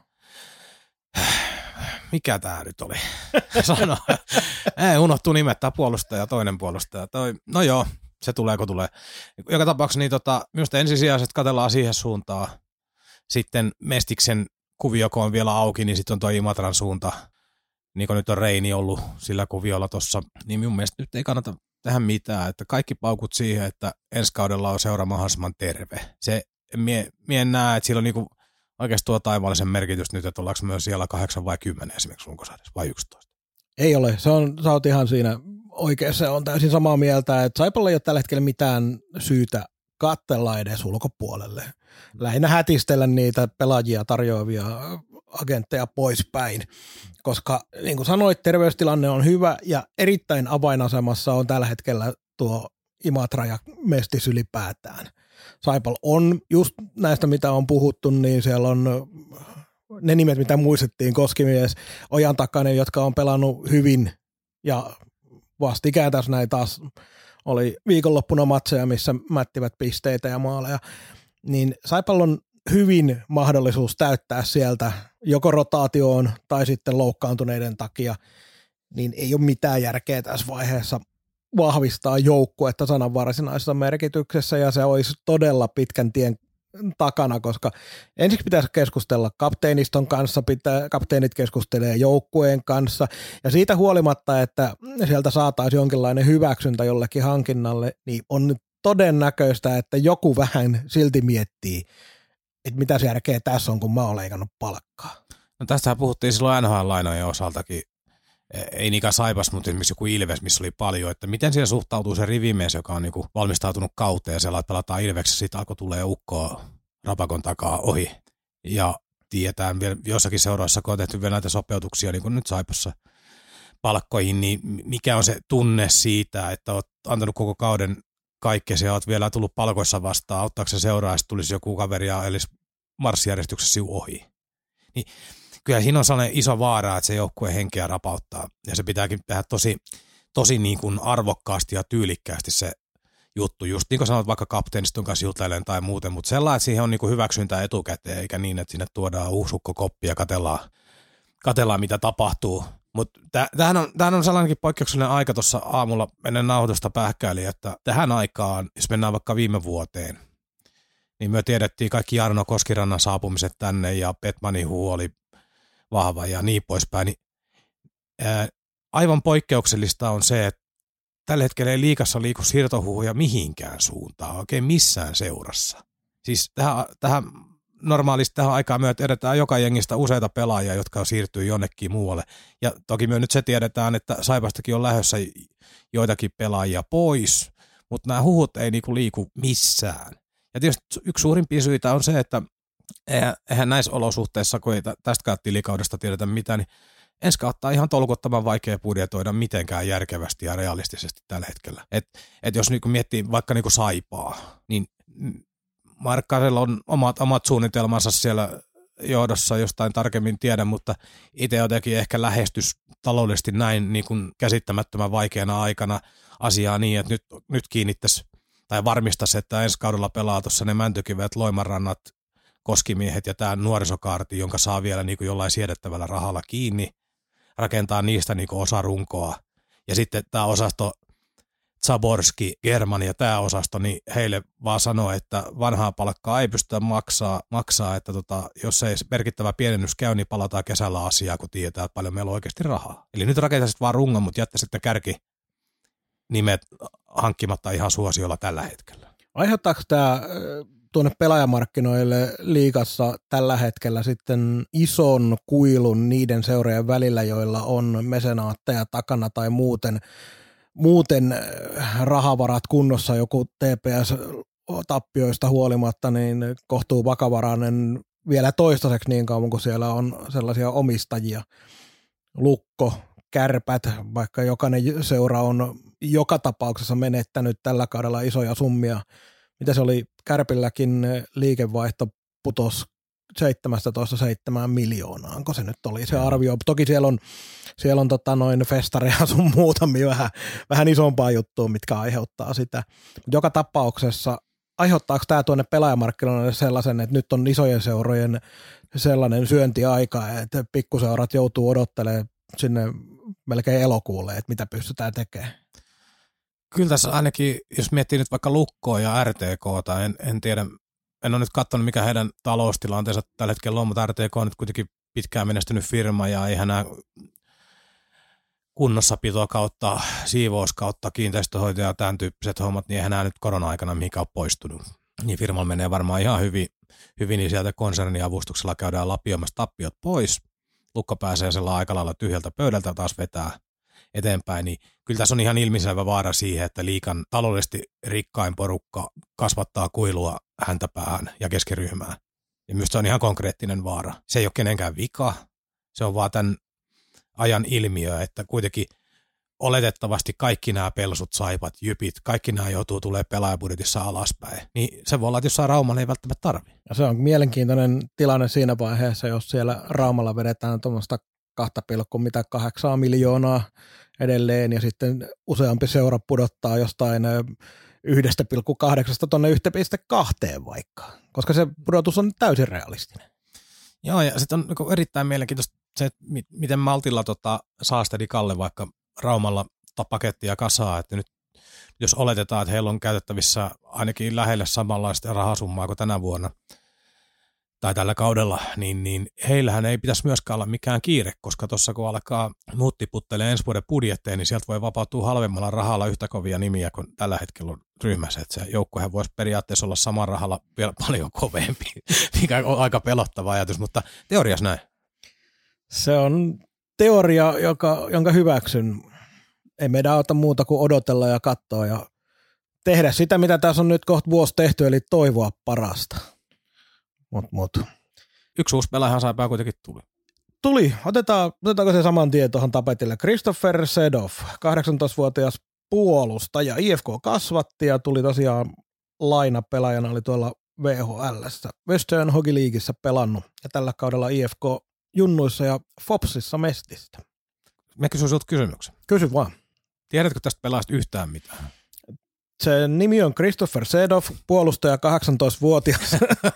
Speaker 3: Mikä tämä nyt oli? Sano. Unohtuu nimet, tämä puolustaja, toinen puolustaja. No joo, se tulee kun tulee. Joka tapauksessa niin minusta ensisijaisesti katsellaan siihen suuntaan. Sitten Mestiksen kuvio, kun on vielä auki, niin sitten on tuo Imatran suunta. Niin kuin nyt on Reini ollut sillä kuviolla tuossa, niin minun mielestä nyt ei kannata tehdä mitään. Että kaikki paukut siihen, että ensi kaudella on seura mahdollisimman terve. Mie en näe, että sillä on niinku oikeasti tuo taivaallisen merkitys nyt, että ollaanko myös siellä 8 vai 10 esimerkiksi runkosarjassa vai 11?
Speaker 1: Ei ole. Sä oot ihan siinä oikeassa. On täysin samaa mieltä, että Saipalla ei ole tällä hetkellä mitään syytä katsella edes ulkopuolelle. Lähinnä hätistellä niitä pelaajia tarjoavia agentteja poispäin, koska niin kuin sanoit, terveystilanne on hyvä ja erittäin avainasemassa on tällä hetkellä tuo Imatra ja Mestis ylipäätään. Saipal on just näistä, mitä on puhuttu, niin siellä on ne nimet, mitä muistettiin, Koskimies, Ojan Takanen, jotka on pelannut hyvin ja vastikään tässä näin taas oli viikonloppuna matseja, missä mättivät pisteitä ja maaleja, niin Saipal on hyvin mahdollisuus täyttää sieltä joko rotaatioon tai sitten loukkaantuneiden takia, niin ei ole mitään järkeä tässä vaiheessa vahvistaa joukkuetta sanan varsinaisessa merkityksessä, ja se olisi todella pitkän tien takana, koska ensiksi pitäisi keskustella kapteeniston kanssa, kapteenit keskustelee joukkueen kanssa, ja siitä huolimatta, että sieltä saataisiin jonkinlainen hyväksyntä jollekin hankinnalle, niin on nyt todennäköistä, että joku vähän silti miettii, että mitä järkeä tässä on, kun mä oon leikannut palkkaa.
Speaker 3: No tästähän puhuttiin silloin NHL-lainojen osaltakin, ei niinkään Saipas, mutta esimerkiksi joku Ilves, missä oli paljon, että miten siihen suhtautuu se rivimies, joka on niinku valmistautunut kauteen ja siellä pelataan Ilveksessä, sitten alkoi tulee ukkoa rapakon takaa ohi. Ja tiedetään vielä jossakin seuroissa, kun on tehty vielä näitä sopeutuksia, niin kuin nyt Saipassa palkkoihin, niin mikä on se tunne siitä, että olet antanut koko kaikkea, ja oot vielä tullut palkoissa vastaan, auttaako se seuraa, ja tulisi joku kaveri ja eli marssijärjestyksessä ohi. Niin kyllä siinä on sellainen iso vaara, että se joukkueen henkeä rapauttaa, ja se pitääkin tehdä tosi niin kuin arvokkaasti ja tyylikkäästi se juttu, just niin kuin sanot vaikka kapteenistun kanssa jutellen tai muuten, mutta sellainen, että siihen on niin kuin hyväksyntää etukäteen, eikä niin, että sinne tuodaan uusukkokoppi ja katellaan mitä tapahtuu. Mutta tämähän on sellainenkin poikkeuksellinen aika tuossa aamulla ennen nauhoitusta pähkäili, että tähän aikaan, jos mennään vaikka viime vuoteen, niin me tiedettiin kaikki Jarno Koskirannan saapumiset tänne ja Petmanin huu oli vahva ja niin poispäin. Niin, aivan poikkeuksellista on se, että tällä hetkellä ei liigassa liiku siirtohuhuja mihinkään suuntaan, oikein missään seurassa. Siis normaalisti tähän aikaan me tiedetään joka jengistä useita pelaajia, jotka siirtyy jonnekin muualle. Ja toki me nyt se tiedetään, että Saipastakin on lähdössä joitakin pelaajia pois, mutta nämä huhut ei niinku liiku missään. Ja tietysti yksi suurimpia syitä on se, että eihän näissä olosuhteissa, kun ei tästäkään tilikaudesta tiedetä mitään, niin ensi kautta ihan tolkuttoman vaikea budjetoida mitenkään järkevästi ja realistisesti tällä hetkellä. Et jos niinku miettii vaikka niinku Saipaa, niin Markkarilla on omat suunnitelmansa siellä johdossa, jostain tarkemmin tiedä, mutta itse jotenkin ehkä lähestys taloudellisesti näin niin kuin käsittämättömän vaikeana aikana asiaa niin, että nyt kiinnittäisi tai varmistaisi, että ensi kaudella pelaa tuossa ne Mäntykivet, Loimanrannat, Koskimiehet ja tämä nuorisokaarti, jonka saa vielä niin kuin jollain siedettävällä rahalla kiinni, rakentaa niistä niin kuin osa runkoa. Ja sitten tämä osasto Zaborski, German ja tämä osasto, niin heille vaan sanoo, että vanhaa palkkaa ei pystytä maksaa että jos ei merkittävä pienennys käy, niin palataan kesällä asiaa, kun tietää, että paljon meillä on oikeasti rahaa. Eli nyt rakentaisit vaan rungon, mutta jättäisit kärkinimet hankkimatta ihan suosiolla tällä hetkellä.
Speaker 1: Aiheuttaako tämä tuonne pelaajamarkkinoille liigassa tällä hetkellä sitten ison kuilun niiden seurojen välillä, joilla on mesenaatteja takana tai muuten rahavarat kunnossa, joku TPS-tappioista huolimatta, niin kohtuu vakavarainen vielä toistaiseksi niin kauan, kun siellä on sellaisia omistajia. Lukko, Kärpät, vaikka jokainen seura on joka tapauksessa menettänyt tällä kaudella isoja summia. Mitä se oli? Kärpilläkin liikevaihto putosi 17-7 miljoonaanko se nyt oli se arvio. Toki siellä on noin festareja sun muutamia vähän isompaa juttua, mitkä aiheuttaa sitä. Joka tapauksessa aiheuttaako tämä tuonne pelaajamarkkinoille sellaisen, että nyt on isojen seurojen sellainen syöntiaika, että pikkuseurat joutuu odottelemaan sinne melkein elokuulle, että mitä pystytään tekemään?
Speaker 3: Kyllä tässä ainakin, jos miettii nyt vaikka Lukkoa ja RTKta, en tiedä, en ole nyt katsonut mikä heidän taloustilanteensa tällä hetkellä on, mutta RTK on nyt kuitenkin pitkään menestynyt firma ja eihän nämä kunnossapito kautta, siivous kautta, kiinteistöhoito ja tämän tyyppiset hommat, niin eihän nämä nyt korona-aikana mihinkään ole poistunut. Niin firmalla menee varmaan ihan hyvin, niin sieltä konserniavustuksella käydään lapioimassa tappiot pois. Lukko pääsee sellainen aika lailla tyhjältä pöydältä taas vetää eteenpäin, niin kyllä tässä on ihan ilmiselvä vaara siihen, että liigan taloudellisesti rikkain porukka kasvattaa kuilua häntäpäähän ja keskiryhmään. Ja myös se on ihan konkreettinen vaara. Se ei ole kenenkään vika, se on vaan tämän ajan ilmiö, että kuitenkin oletettavasti kaikki nämä pelsut, Saipat, Jypit, kaikki nämä joutuu tulemaan pelaajabudjetissa alaspäin. Niin se voi olla, että jossain Raumalla ei välttämättä tarvitse.
Speaker 1: Ja se on mielenkiintoinen tilanne siinä vaiheessa, jos siellä Raumalla vedetään tuommoista 2,8 miljoonaa edelleen ja sitten useampi seura pudottaa jostain 1,8 tuonne 1,2 vaikka, koska se pudotus on täysin realistinen.
Speaker 3: Joo, ja sitten on erittäin mielenkiintoista se, miten maltilla saasteli Kalle vaikka Raumalla pakettia kasaa, että nyt jos oletetaan, että heillä on käytettävissä ainakin lähelle samanlaista rahasummaa kuin tänä vuonna tai tällä kaudella, niin heillähän ei pitäisi myöskään olla mikään kiire, koska tuossa kun alkaa muut tiputtelee ensi vuoden budjetteja, niin sieltä voi vapautua halvemmalla rahalla yhtä kovia nimiä kuin tällä hetkellä on ryhmässä. Että se joukkuehan voisi periaatteessa olla saman rahalla vielä paljon kovempi, mikä on aika pelottava ajatus, mutta teoriassa näin.
Speaker 1: Se on teoria, jonka hyväksyn. Ei meidän auta muuta kuin odotella ja katsoa ja tehdä sitä, mitä tässä on nyt kohta vuosi tehty, eli toivoa parasta. Mut.
Speaker 3: Yksi uusi pelaajahan Saipaa kuitenkin tuli.
Speaker 1: Otetaanko se saman tien tuohon tapetille? Christopher Sedov, 18-vuotias puolustaja. IFK kasvatti ja tuli tosiaan lainapelaajana, oli tuolla VHL:ssä, Western Hockey Leagueissä pelannut ja tällä kaudella IFK junnuissa ja Fopsissa mestistä.
Speaker 3: Mä kysyn sinulta kysymyksen.
Speaker 1: Kysy vaan.
Speaker 3: Tiedätkö tästä pelaajasta yhtään mitään?
Speaker 1: Se nimi on Christopher Sedov, puolustaja 18-vuotias.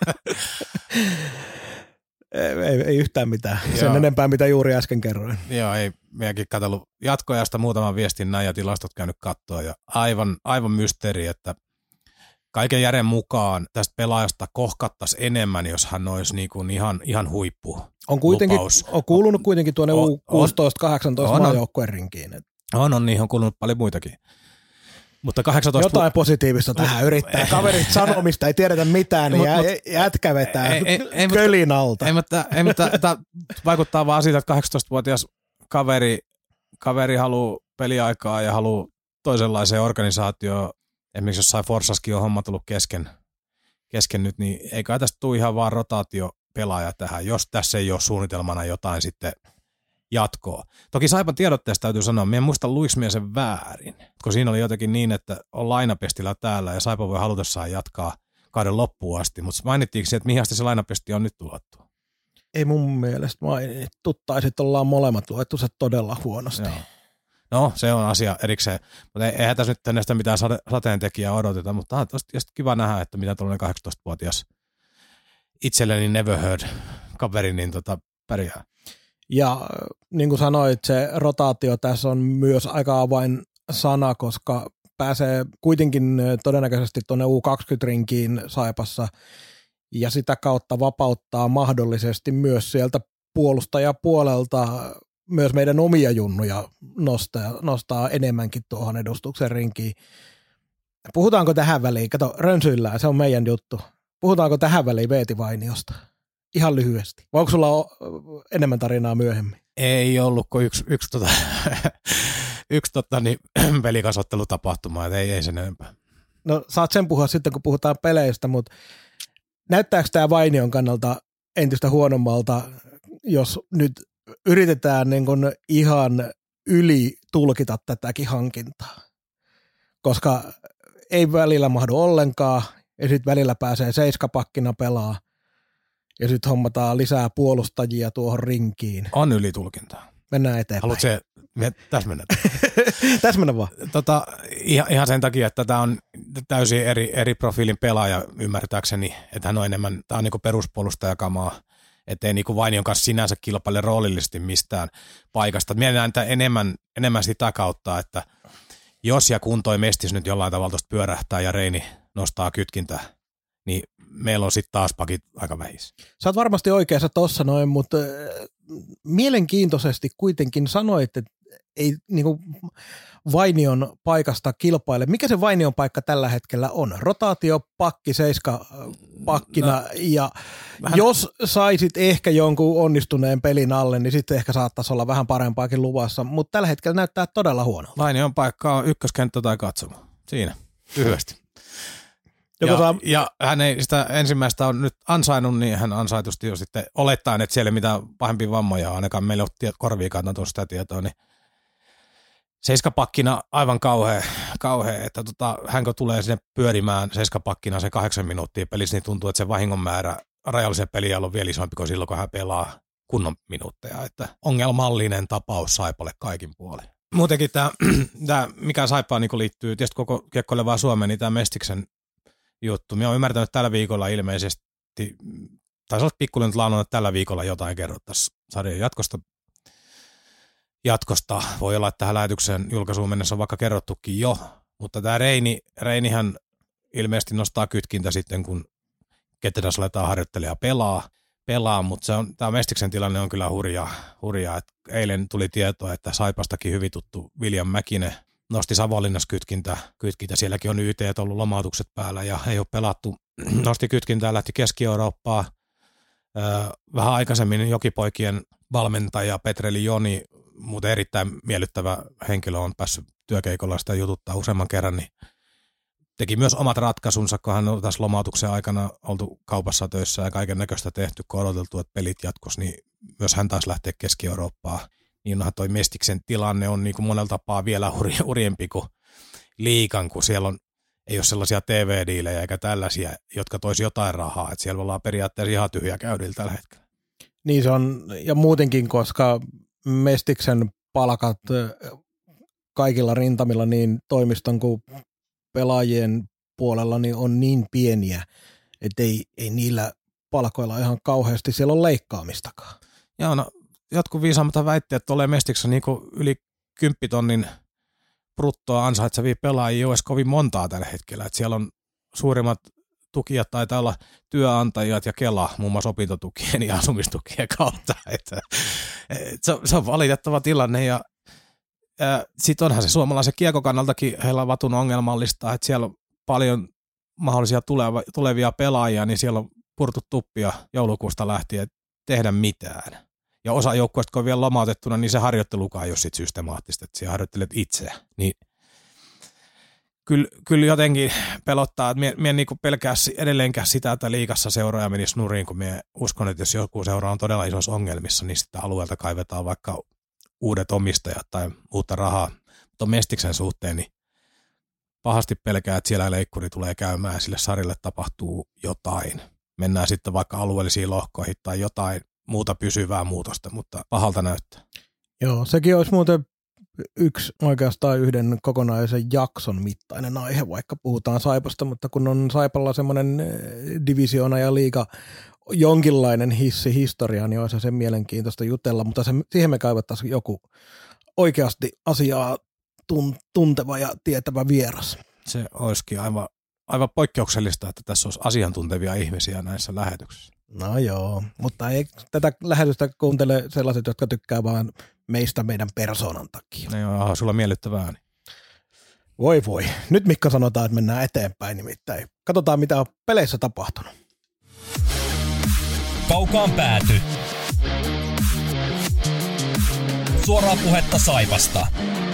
Speaker 1: ei yhtään mitään. Sen enempää, mitä juuri äsken kerroin.
Speaker 3: Joo, ei meidänkin katsellut jatkoajasta muutaman viestin näin ja tilastot käynyt katsoa. Ja aivan mysteeri, että kaiken järjen mukaan tästä pelaajasta kohkattaisiin enemmän, jos hän olisi niin kuin ihan huippu.
Speaker 1: On kuulunut kuitenkin tuonne U16-18 maajoukkueen rinkiin.
Speaker 3: Niihin on kuulunut paljon muitakin. Mutta 18
Speaker 1: jotain positiivista tähän yrittää. Kaverit sanoo, mistä ei tiedetä mitään, niin jätkä vetää kölin alta.
Speaker 3: Ei, mutta vaikuttaa vaan siitä, että 18-vuotias kaveri haluaa peliaikaa ja haluaa toisenlaiseen organisaatioon. Esimerkiksi jossain Forsaskin on homma tullut kesken nyt, niin ei kai tästä tule ihan vaan rotaatiopelaaja tähän, jos tässä ei ole suunnitelmana jotain sitten jatkoa. Toki Saipan tiedotteesta täytyy sanoa, minä en muista luiks minä sen väärin, kun siinä oli jotenkin niin, että on lainapestillä täällä ja Saipa voi halutessaan jatkaa kauden loppuun asti, mutta mainittiinko se, että mihin asti se lainapesti on nyt tuottu?
Speaker 1: Ei mun mielestä mainittu, tai sitten ollaan molemmat luettu se todella huonosti.
Speaker 3: Joo. No, se on asia erikseen, mutta eihän tässä nyt näistä mitään sateentekijää odoteta, mutta on tietysti kiva nähdä, että mitä tuollainen 18-vuotias itselleni never heard kaveri, niin pärjää.
Speaker 1: Ja niin kuin sanoit, se rotaatio tässä on myös aika avain sana, koska pääsee kuitenkin todennäköisesti tuonne U20-rinkiin Saipassa ja sitä kautta vapauttaa mahdollisesti myös sieltä puolustajapuolelta myös meidän omia junnuja nostaa enemmänkin tuohon edustuksen rinkiin. Puhutaanko tähän väliin? Kato, rönsyillään, se on meidän juttu. Puhutaanko tähän väliin Veeti Vainiosta? Ihan lyhyesti. Vai onko sulla enemmän tarinaa myöhemmin?
Speaker 3: Ei ollut kuin yksi pelikasvattelutapahtuma, ei sen enempää.
Speaker 1: No saat sen puhua sitten, kun puhutaan peleistä, mutta näyttääkö tämä Vainion kannalta entistä huonommalta, jos nyt yritetään niin kuin ihan yli tulkita tätäkin hankintaa? Koska ei välillä mahdu ollenkaan, ja sitten välillä pääsee seiskapakkina pelaa, ja sitten hommataan lisää puolustajia tuohon rinkiin.
Speaker 3: On ylitulkintaa.
Speaker 1: Mennään eteenpäin.
Speaker 3: Haluatko se täsmennä?
Speaker 1: Täsmennä vaan.
Speaker 3: Ihan sen takia, että tämä on täysin eri profiilin pelaaja ymmärtääkseni, että hän on enemmän, tämä on niin kuin peruspuolustajakamaa, ettei niin kuin Vainion kanssa sinänsä kilpaile roolillisesti mistään paikasta. Mietitään enemmän sitä kautta, että jos ja kun toi Mestis nyt jollain tavalla tuosta pyörähtää ja Reini nostaa kytkintää, niin meillä on sitten taas pakit aika vähissä.
Speaker 1: Sä oot varmasti oikeassa tossa noin, mutta mielenkiintoisesti kuitenkin sanoit, että ei niinku Vainion paikasta kilpaile. Mikä se Vainion paikka tällä hetkellä on? Rotaatio, pakki, seiska pakkina ja jos saisit ehkä jonkun onnistuneen pelin alle, niin sitten ehkä saattaisi olla vähän parempaakin luvassa, mutta tällä hetkellä näyttää todella huonolta.
Speaker 3: Vainion paikka on ykköskenttä tai katsoma. Siinä, lyhyesti. Ja hän ei sitä ensimmäistä on nyt ansainnut, niin hän ansaitusti jo sitten olettaen, että siellä ei mitään pahempia vammoja on, ainakaan meillä on korviikaan antaa sitä tietoa, niin seiskapakkina aivan kauhea että hänkö tulee sinne pyörimään seiskapakkina se 8 minuuttia pelissä, niin tuntuu, että se vahingon määrä rajallisen peliajalla on vielä isompi kuin silloin, kun hän pelaa kunnon minuutteja, että ongelmallinen tapaus Saipalle kaikin puolin. Muutenkin tämä mikä Saipaan niin liittyy tietysti koko kiekkoilevaan Suomeen, niin tämä Mestiksen juttu. Minä olen ymmärtänyt tällä viikolla ilmeisesti, taisi olla pikkuinen nyt laanut, että tällä viikolla jotain kerrottaisiin sarjan jatkosta. Voi olla, että tähän lähetyksen julkaisuun mennessä on vaikka kerrottukin jo, mutta tämä Reinihän ilmeisesti nostaa kytkintä sitten, kun Keteräs aletaan harjoittelemaan pelaa, mutta tämä Mestiksen tilanne on kyllä hurjaa. Että eilen tuli tietoa, että Saipastakin hyvin tuttu William Mäkinen nosti Savonlinnassa kytkintä. Sielläkin on YT ollut lomautukset päällä ja ei ole pelattu. Nosti kytkintää ja lähti Keski-Eurooppaan. Vähän aikaisemmin Jokipoikien valmentaja Petreli Joni, muuten erittäin miellyttävä henkilö, on päässyt työkeikolla sitä jututtaa useamman kerran, niin teki myös omat ratkaisunsa, kun hän on tässä lomautuksen aikana oltu kaupassa töissä ja kaiken näköistä tehty, kun odoteltu, että pelit jatkosi, niin myös hän taisi lähteä Keski-Eurooppaan. Niin onhan toi Mestiksen tilanne on niin kuin monella tapaa vielä hurjempi kuin liikan, kun siellä ei ole sellaisia TV-diilejä eikä tällaisia, jotka toisi jotain rahaa, että siellä ollaan periaatteessa ihan tyhjä käydillä tällä hetkellä.
Speaker 1: Niin se on, ja muutenkin, koska Mestiksen palkat kaikilla rintamilla niin toimiston kuin pelaajien puolella niin on niin pieniä, että ei niillä palkoilla ihan kauheasti siellä on leikkaamistakaan.
Speaker 3: Joo, no jotkut viisaammat väitteet, että ole Mestiksen niin yli 10 tonnin bruttoa ansaitsevia pelaajia olisi kovin montaa tällä hetkellä. Että siellä on suurimmat tukijat taitaa olla työnantajat ja Kela, muun muassa opintotukien ja asumistukien kautta. Se on valitettava tilanne ja sitten onhan se suomalaisen kiekon kannaltakin heillä vatun ongelmallista, että siellä on paljon mahdollisia tulevia pelaajia, niin siellä on purtu tuppia joulukuusta lähtien tehdä mitään. Ja osa joukkueesta, kun on vielä lomautettuna, niin se harjoittelukaan ei ole sit systemaattista, että siellä harjoittelet itse. Niin kyllä jotenkin pelottaa, että minä en niinku pelkää edelleenkään sitä, että liigassa seuraaja menisi nurin, kun minä uskon, että jos joku seura on todella isossa ongelmissa, niin sitä alueelta kaivetaan vaikka uudet omistajat tai uutta rahaa. Mutta Mestiksen suhteen niin pahasti pelkää, että siellä leikkuri tulee käymään ja sille sarille tapahtuu jotain. Mennään sitten vaikka alueellisiin lohkoihin tai jotain muuta pysyvää muutosta, mutta pahalta näyttää.
Speaker 1: Joo, sekin olisi muuten oikeastaan yhden kokonaisen jakson mittainen aihe, vaikka puhutaan Saipasta, mutta kun on Saipalla semmoinen divisioona ja liiga jonkinlainen historia, niin olisi se mielenkiintoista jutella, mutta siihen me kaivattaisiin joku oikeasti asiaa tunteva ja tietävä vieras.
Speaker 3: Se olisikin aivan poikkeuksellista, että tässä olisi asiantuntevia ihmisiä näissä lähetyksissä.
Speaker 1: No joo, mutta ei tätä lähetystä kuuntele sellaiset, jotka tykkää vaan meistä meidän persoonan takia.
Speaker 3: No joo, sulla on miellyttävää ääni.
Speaker 1: Voi. Nyt Mikko sanotaan, että mennään eteenpäin nimittäin. Katsotaan, mitä on peleissä tapahtunut.
Speaker 2: Kaukaan pääty. Suoraa puhetta Saipasta.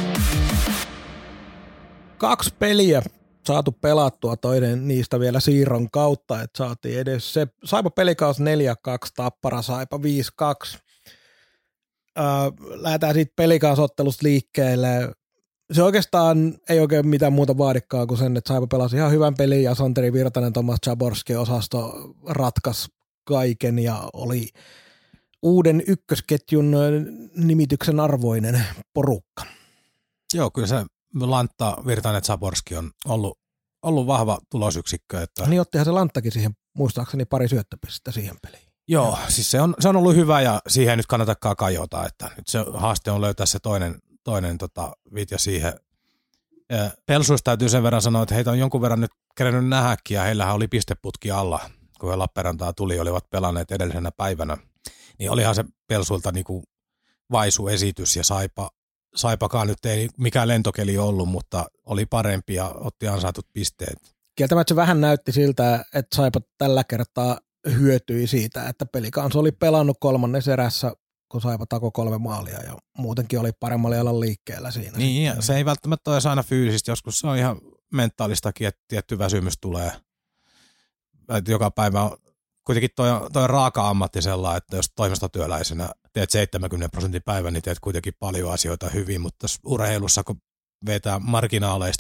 Speaker 1: 2 peliä saatu pelattua, toinen niistä vielä siirron kautta, että saatiin edes se Saipa pelikaus 4-2, Tappara Saipa 5-2. Lähdetään siitä pelikausottelusta liikkeelle. Se oikeastaan ei oikein mitään muuta vaadikaan kuin sen, että Saipa pelasi ihan hyvän pelin ja Santeri Virtanen, Tomas Chaborski osasto ratkaisi kaiken ja oli uuden ykkösketjun nimityksen arvoinen porukka.
Speaker 3: Joo, kyllä se Lantta, Virtanen, Chaborski on ollut vahva tulosyksikkö. Että
Speaker 1: niin ottihan se Lanttakin siihen, muistaakseni pari syöttöpistettä siihen peliin.
Speaker 3: Joo, siis se on ollut hyvä ja siihen ei nyt kannatakaan kajota, että nyt se haaste on löytää se toinen vitja siihen. Pelsuista täytyy sen verran sanoa, että heitä on jonkun verran nyt kerennyt nähdäkin ja heillähän oli pisteputki alla, kun he Lappeenrantaa tuli, olivat pelanneet edellisenä päivänä. Niin olihan se Pelsuilta niinku vaisu esitys ja Saipakaan nyt ei mikään lentokeli ollut, mutta oli parempi ja otti ansaitut pisteet.
Speaker 1: Kieltämättä se vähän näytti siltä, että Saipa tällä kertaa hyötyi siitä, että Pelikans oli pelannut 3. erässä, kun Saipa takoi 3 maalia ja muutenkin oli paremmalla jalalla liikkeellä siinä.
Speaker 3: Niin, ja se ei välttämättä ole aina fyysistä, joskus se on ihan mentaalistakin, että tietty väsymys tulee. Että joka päivä on kuitenkin toi raaka ammatti sellainen, että jos toimistotyöläisenä teet 70% päivän, niin teet kuitenkin paljon asioita hyvin, mutta tässä urheilussa, kun vetää marginaaleista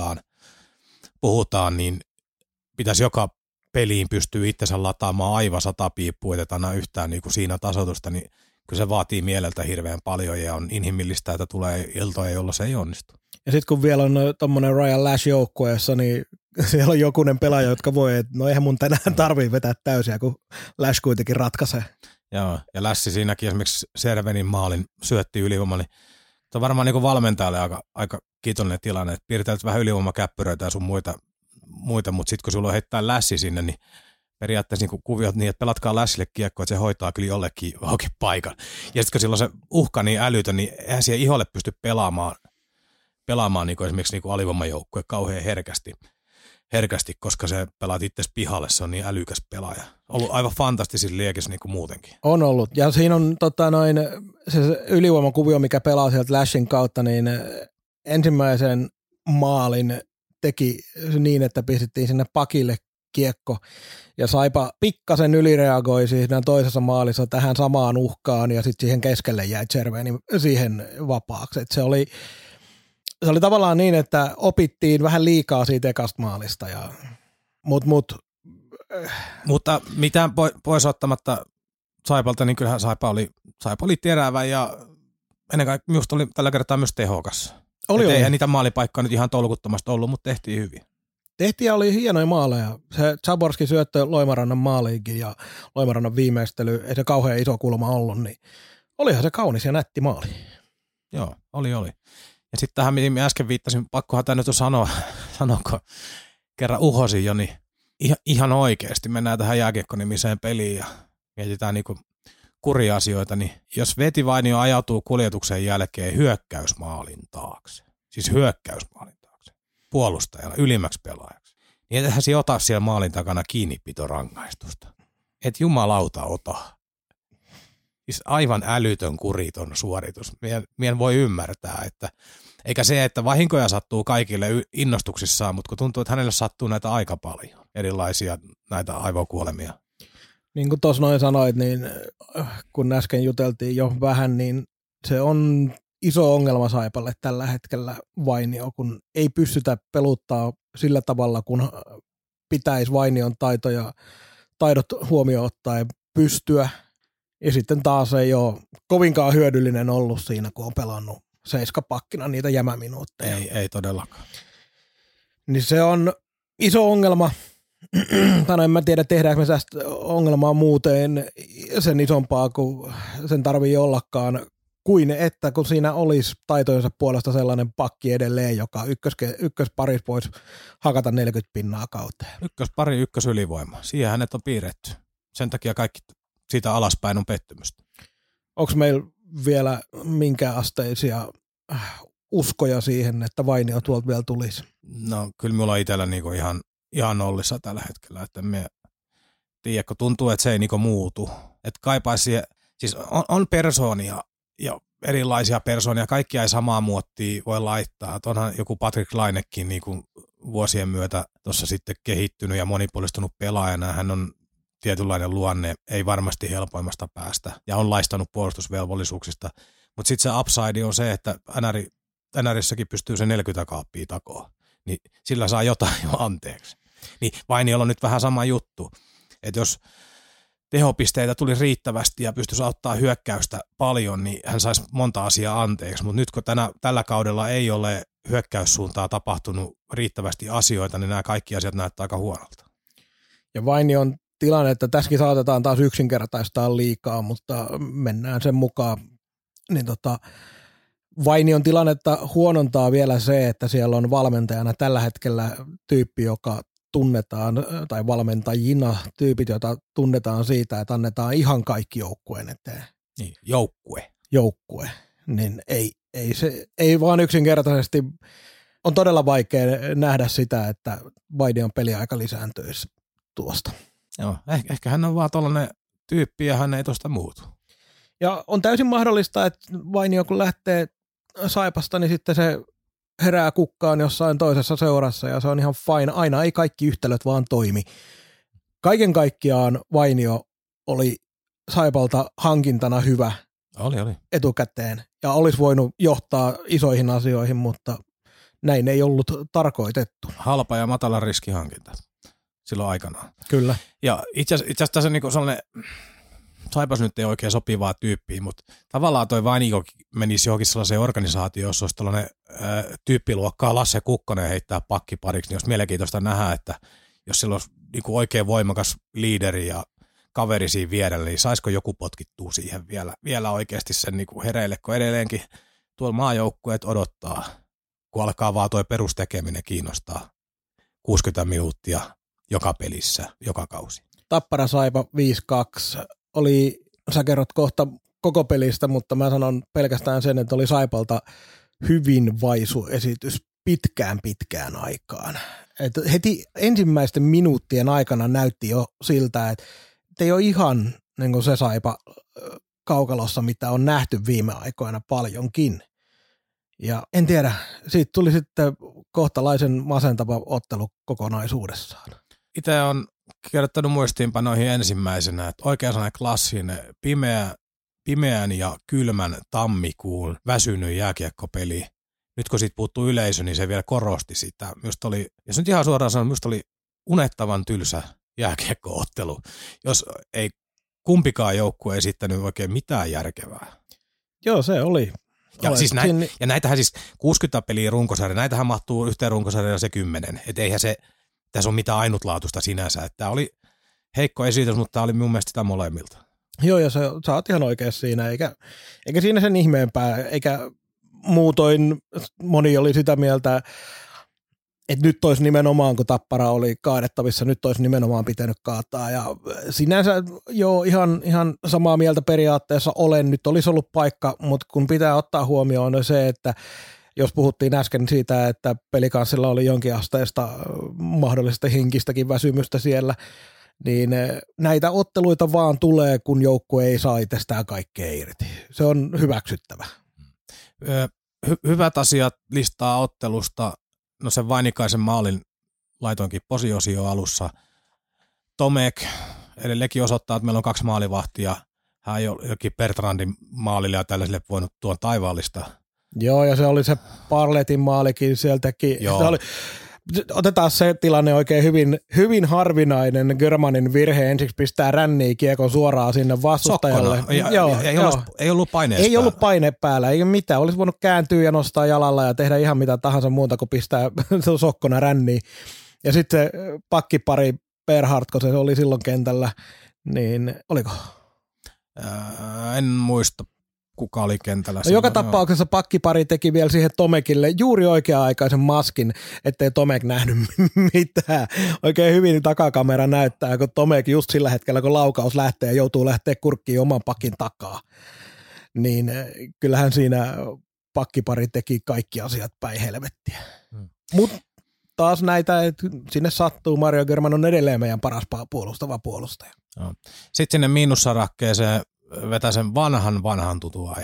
Speaker 3: puhutaan, niin pitäisi joka peliin pystyy itsensä lataamaan aivan 100 piippua, että aina yhtään niin kuin siinä tasoitusta, niin kyllä se vaatii mieleltä hirveän paljon ja on inhimillistä, että tulee iltoja, jolloin se ei onnistu.
Speaker 1: Ja sitten kun vielä on tommonen Ryan Lash joukkueessa, niin siellä on jokunen pelaaja, jotka voi, että no eihän mun tänään tarvii vetää täysiä, kun Lash kuitenkin ratkaisee.
Speaker 3: Joo, ja Lässi siinäkin esimerkiksi Servenin maalin syötti ylivoima, niin se on varmaan niin kuin valmentajalle aika kiitollinen tilanne, että piirtelet vähän ylivoimakäppyröitä ja sun muita mutta sitten kun sulla on heittää Lässi sinne, niin periaatteessa niin kuviot niin, että pelatkaa Lässille kiekkoa, että se hoitaa kyllä jollekin johonkin paikan. Ja sitten kun sillä on se uhka niin älytön, niin eihän siihen iholle pysty pelaamaan niin kuin esimerkiksi niin kuin alivoimajoukkue kauhean herkästi, koska se pelaat itse pihalle, se on niin älykäs pelaaja. Ollut aivan fantastisissa liekissä niin kuin muutenkin. On
Speaker 1: ollut, ja siinä on se ylivoimakuvio, mikä pelaa sieltä Lashin kautta, niin ensimmäisen maalin teki niin, että pistettiin sinne pakille kiekko, ja Saipa pikkasen ylireagoi siinä toisessa maalissa tähän samaan uhkaan, ja sitten siihen keskelle jäi Cerveni siihen vapaaksi. Et se oli se oli tavallaan niin, että opittiin vähän liikaa siitä ekasta maalista.
Speaker 3: Mutta mitään pois ottamatta Saipalta, niin kyllähän Saipa oli terävä ja ennen kaikkea minusta oli tällä kertaa myös tehokas. Eihän niitä maalipaikkaa nyt ihan tolkuttomasti ollut, mutta tehtiin hyvin.
Speaker 1: Tehtiin ja oli hienoja maaleja. Se Zaborskin syöttö Loimarannan maaliinkin ja Loimarannan viimeistely, ei se kauhean iso kulma ollut, niin olihan se kaunis ja nätti maali.
Speaker 3: Joo, oli. Ja sitten tähän, mihin äsken viittasin, pakkohan tämä nyt on sanoa, kun kerran uhosin jo, niin ihan oikeasti mennään tähän jääkiekko-nimiseen peliin ja mietitään niinku kuriasioita, niin jos Veti-Vainio ajautuu kuljetuksen jälkeen hyökkäysmaalin taakse, siis hyökkäysmaalin taakse, puolustajalla ylimmäksi pelaajaksi, niin eihän se ota siellä maalin takana kiinnipito-rangaistusta. Et jumalauta ota. Siis aivan älytön kuriton suoritus. Mien voi ymmärtää, että eikä se, että vahinkoja sattuu kaikille innostuksissaan, mutta kun tuntuu, että hänelle sattuu näitä aika paljon, erilaisia näitä aivokuolemia.
Speaker 1: Niin kuin tuossa noin sanoit, niin kun äsken juteltiin jo vähän, niin se on iso ongelma Saipalle tällä hetkellä Vainio, kun ei pystytä peluttaa sillä tavalla, kun pitäisi Vainion taidot huomioon ottaen pystyä. Ja sitten taas ei ole kovinkaan hyödyllinen ollut siinä, kun on pelannut seiskapakkina niitä jämäminuutteja.
Speaker 3: Ei todellakaan.
Speaker 1: Niin se on iso ongelma. Tai en mä tiedä, tehdäänkö me tästä ongelmaa muuten sen isompaa, kun sen tarvii ollakaan, kuin että kun siinä olisi taitojensa puolesta sellainen pakki edelleen, joka ykkösparis voisi hakata 40 pinnaa kauteen.
Speaker 3: Ykköspari, ykkösylivoima. Siihen hänet on piirretty. Sen takia kaikki siitä alaspäin on pettymystä.
Speaker 1: Onko meillä vielä minkä asteisia uskoja siihen, että Vainio tuolta vielä tulisi?
Speaker 3: No kyllä minulla on itsellä niinku ihan nollissa tällä hetkellä, että me tiedä, kun tuntuu, että se ei niinku muutu. Että kaipaisi, siis on persoonia ja erilaisia persoonia, kaikkia ei samaa muottia voi laittaa. Että onhan joku Patrick Lainekin niinku vuosien myötä tuossa sitten kehittynyt ja monipuolistunut pelaajana. Hän on tietynlainen luonne, ei varmasti helpoimmasta päästä ja on laistanut puolustusvelvollisuuksista. Mutta sitten se upside on se, että NRissäkin pystyy se 40 kaappia takoon. Niin sillä saa jotain jo anteeksi. Niin Vainiolla on nyt vähän sama juttu, että jos tehopisteitä tuli riittävästi ja pystyisi auttaa hyökkäystä paljon, niin hän saisi monta asiaa anteeksi. Mutta nyt kun tällä kaudella ei ole hyökkäyssuuntaa tapahtunut riittävästi asioita, niin nämä kaikki asiat näyttää aika huonolta.
Speaker 1: Ja Vainion tilanne, että tässäkin saatetaan taas yksinkertaistaa liikaa, mutta mennään sen mukaan. Niin Vainion tilannetta huonontaa vielä se, että siellä on valmentajana tällä hetkellä tyyppi, joka tunnetaan, tai valmentajina tyypit, joita tunnetaan siitä, että annetaan ihan kaikki joukkueen eteen.
Speaker 3: Niin, joukkue.
Speaker 1: Niin ei vaan yksinkertaisesti, on todella vaikea nähdä sitä, että Vainion peliaika lisääntyisi tuosta.
Speaker 3: Joo, ehkä hän on vaan tollainen tyyppi ja hän ei tuosta muutu.
Speaker 1: Ja on täysin mahdollista, että Vainio kun lähtee Saipasta, niin sitten se herää kukkaan jossain toisessa seurassa ja se on ihan fine. Aina ei kaikki yhtälöt vaan toimi. Kaiken kaikkiaan Vainio oli Saipalta hankintana hyvä
Speaker 3: oli
Speaker 1: etukäteen ja olisi voinut johtaa isoihin asioihin, mutta näin ei ollut tarkoitettu.
Speaker 3: Halpa ja matalan riskihankinta silloin aikanaan.
Speaker 1: Kyllä.
Speaker 3: Ja itse asiassa tässä niin sellainen, Saipas nyt ei oikein sopivaa tyyppiä, mutta tavallaan toi Vainio menisi johonkin sellaiseen organisaatioon, jossa olisi tällainen tyyppiluokkaa Lasse Kukkonen heittää pakkipariksi, niin olisi mielenkiintoista nähdä, että jos sillä olisi niin oikein voimakas liideri ja kaveri siinä vierellä, niin saisiko joku potkittua siihen vielä oikeasti sen niin hereille, kun edelleenkin tuolla maajoukkueet odottaa, kun alkaa vaan toi perustekeminen kiinnostaa 60 minuuttia joka pelissä, joka kausi.
Speaker 1: Tappara Saipa 5-2 oli, sä kerrot kohta koko pelistä, mutta mä sanon pelkästään sen, että oli Saipalta hyvin vaisu esitys pitkään aikaan. Et heti ensimmäisten minuuttien aikana näytti jo siltä, että ei ole ihan niin kuin se Saipa kaukalossa, mitä on nähty viime aikoina paljonkin. Ja en tiedä, siitä tuli sitten kohtalaisen masentava ottelu kokonaisuudessaan.
Speaker 3: Itse on kirjoittanut muistiinpanoihin ensimmäisenä, että oikein sellainen klassinen pimeän ja kylmän tammikuun väsynyt jääkiekkopeli. nyt kun siitä puuttuu yleisö, niin se vielä korosti sitä. Minusta oli, jos nyt ihan suoraan sanon, minusta oli unettavan tylsä jääkiekkoottelu, jos ei kumpikaan joukkue esittänyt oikein mitään järkevää.
Speaker 1: Joo, se oli.
Speaker 3: Ja, siis ja näitähän siis 60 peliä runkosarja, näitähän mahtuu yhteen runkosarjaan se 10. Että eihän se, tässä on mitään ainutlaatuista sinänsä. Tämä oli heikko esitys, mutta tämä oli mun mielestä sitä molemmilta.
Speaker 1: Joo, ja sä oot ihan oikeassa siinä, eikä siinä sen ihmeempää, eikä muutoin moni oli sitä mieltä, että nyt olisi nimenomaan, kun Tappara oli kaadettavissa, nyt olisi nimenomaan pitänyt kaataa. Ja sinänsä joo, ihan samaa mieltä periaatteessa olen. Nyt olisi ollut paikka, mutta kun pitää ottaa huomioon se, että jos puhuttiin äsken siitä, että Pelicansilla oli jonkinasteista mahdollista henkistäkin väsymystä siellä, niin näitä otteluita vaan tulee, kun joukkue ei saa itsestään kaikkea irti. Se on hyväksyttävä.
Speaker 3: Hyvät asiat listaa ottelusta. No sen Vainikaisen maalin laitoinkin posiosio alussa. Tomek edelleenkin osoittaa, että meillä on 2 maalivahtia. Hän ei ole jokin Bertrandin maalille ja tällaiselle voinut tuon taivaallista.
Speaker 1: Joo, ja se oli se Parletin maalikin sieltäkin. Otetaan se tilanne oikein hyvin harvinainen. Görmanin virhe ensiksi pistää ränniä kiekon suoraan sinne vastustajalle.
Speaker 3: Ei ollut paine
Speaker 1: päällä. Ei ollut paine päällä, ei mitään. Olisi voinut kääntyä ja nostaa jalalla ja tehdä ihan mitä tahansa muuta kuin pistää sokkona ränniä. Ja sitten se pakkipari Perhart, kun se oli silloin kentällä, niin oliko?
Speaker 3: En muista. Kuka oli kentällä.
Speaker 1: No joka tapauksessa pakkipari teki vielä siihen Tomekille juuri oikea-aikaisen maskin, ettei Tomek nähnyt mitään. Oikein hyvin takakamera näyttää, kun Tomek just sillä hetkellä, kun laukaus lähtee, joutuu lähteä kurkkiin oman pakin takaa. Niin kyllähän siinä pakkipari teki kaikki asiat päin helvettiä. Mutta taas näitä, että sinne sattuu, Mario Görman on edelleen meidän paras puolustava puolustaja.
Speaker 3: No. Sitten sinne miinussarakkeeseen vetää sen vanhan tutun aihe.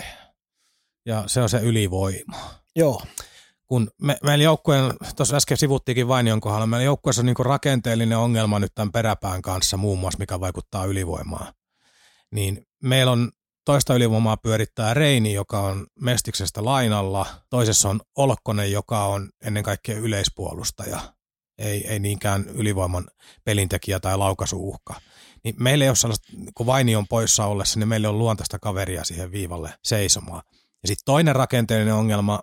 Speaker 3: Ja se on se ylivoima.
Speaker 1: Joo.
Speaker 3: Kun meillä joukkueen, tuossa äsken sivuttiinkin Vainion kohdalla, meillä joukkueessa on niinku rakenteellinen ongelma nyt tämän peräpään kanssa muun muassa, mikä vaikuttaa ylivoimaan. Niin meillä on toista ylivoimaa pyörittää Reini, joka on Mestiksestä lainalla. Toisessa on Olkkonen, joka on ennen kaikkea yleispuolustaja. Ei niinkään ylivoiman pelintekijä tai laukaisuuhka. Niin meillä ei ole sellaista, kun Vaini on poissa ollessa, niin meillä on luontaista kaveria siihen viivalle seisomaan. Ja sitten toinen rakenteellinen ongelma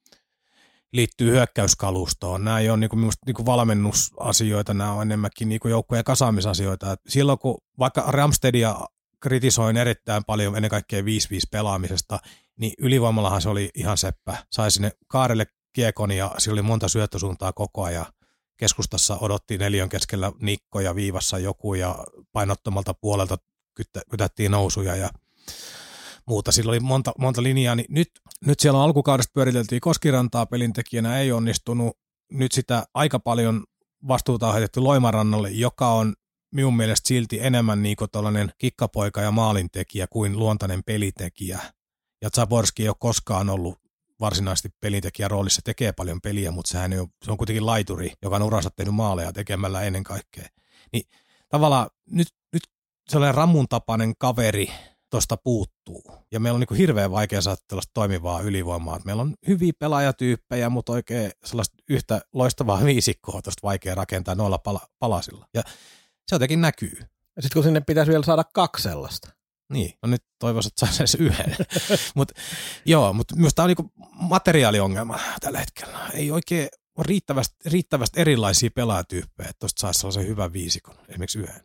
Speaker 3: liittyy hyökkäyskalustoon. Nämä ei ole niinku valmennusasioita, nämä on enemmänkin niinku joukkueen kasaamisasioita. Et silloin kun vaikka Ramstedia kritisoin erittäin paljon ennen kaikkea 5-5 pelaamisesta, niin ylivoimallahan se oli ihan seppä. Sai sinne Kaarelle kiekon ja sillä oli monta syöttösuuntaa koko ajan. Keskustassa odotti 4 keskellä Nikko ja viivassa joku ja painottomalta puolelta kytättiin nousuja ja muuta. Sillä oli monta linjaa. Niin nyt siellä on alkukaudesta pyöriteltiin Koskirantaa pelintekijänä, ei onnistunut. Nyt sitä aika paljon vastuuta on heitetty Loimarannalle, joka on minun mielestä silti enemmän niin kuin tällainen kikkapoika ja maalintekijä kuin luontainen pelitekijä. Ja Zaborski ei ole koskaan ollut varsinaisesti pelintekijän roolissa, tekee paljon peliä, mutta se on kuitenkin laituri, joka on uransa tehnyt maaleja tekemällä ennen kaikkea. Niin tavallaan nyt sellainen Ramun tapainen kaveri tuosta puuttuu. Ja meillä on niin kuin hirveän vaikea saada tällaista toimivaa ylivoimaa. Meillä on hyviä pelaajatyyppejä, mutta oikein sellaista yhtä loistavaa viisikkoa tuosta vaikea rakentaa noilla palasilla. Ja se jotenkin näkyy.
Speaker 1: Ja sitten kun sinne pitäisi vielä saada 2 sellaista.
Speaker 3: Niin, no nyt toivoisin, että saisi edes yhden. Mutta myös tämä on niinku materiaaliongelma tällä hetkellä. Ei oikein ole riittävästi erilaisia pelaajatyyppejä, että tuosta saisi sellaisen hyvän viisikon, esimerkiksi yhden.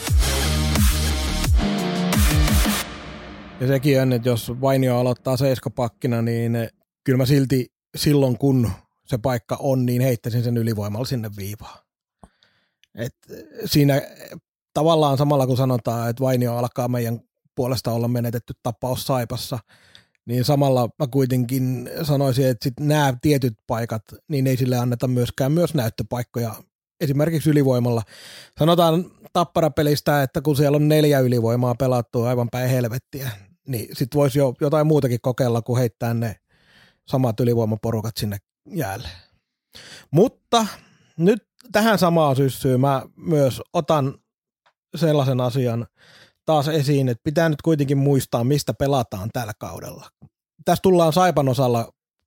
Speaker 1: Ja sekin on, että jos Vainio aloittaa seiskapakkina, niin kyllä mä silti silloin, kun se paikka on, niin heittäisin sen ylivoimalla sinne viivaan. Et siinä tavallaan samalla kun sanotaan, että Vainio alkaa meidän puolesta olla menetetty tapaus Saipassa, niin samalla mä kuitenkin sanoisin, että sit nämä tietyt paikat, niin ei sille anneta myöskään myös näyttöpaikkoja. Esimerkiksi ylivoimalla. Sanotaan Tappara-pelistä, että kun siellä on 4 ylivoimaa pelattu aivan päin helvettiä, niin sit voisi jo jotain muutakin kokeilla, kuin heittää ne samat ylivoimaporukat sinne jäälle. Mutta nyt tähän samaan syssyyn mä myös otan sellaisen asian taas esiin, että pitää nyt kuitenkin muistaa, mistä pelataan tällä kaudella. Tässä tullaan Saipan osalla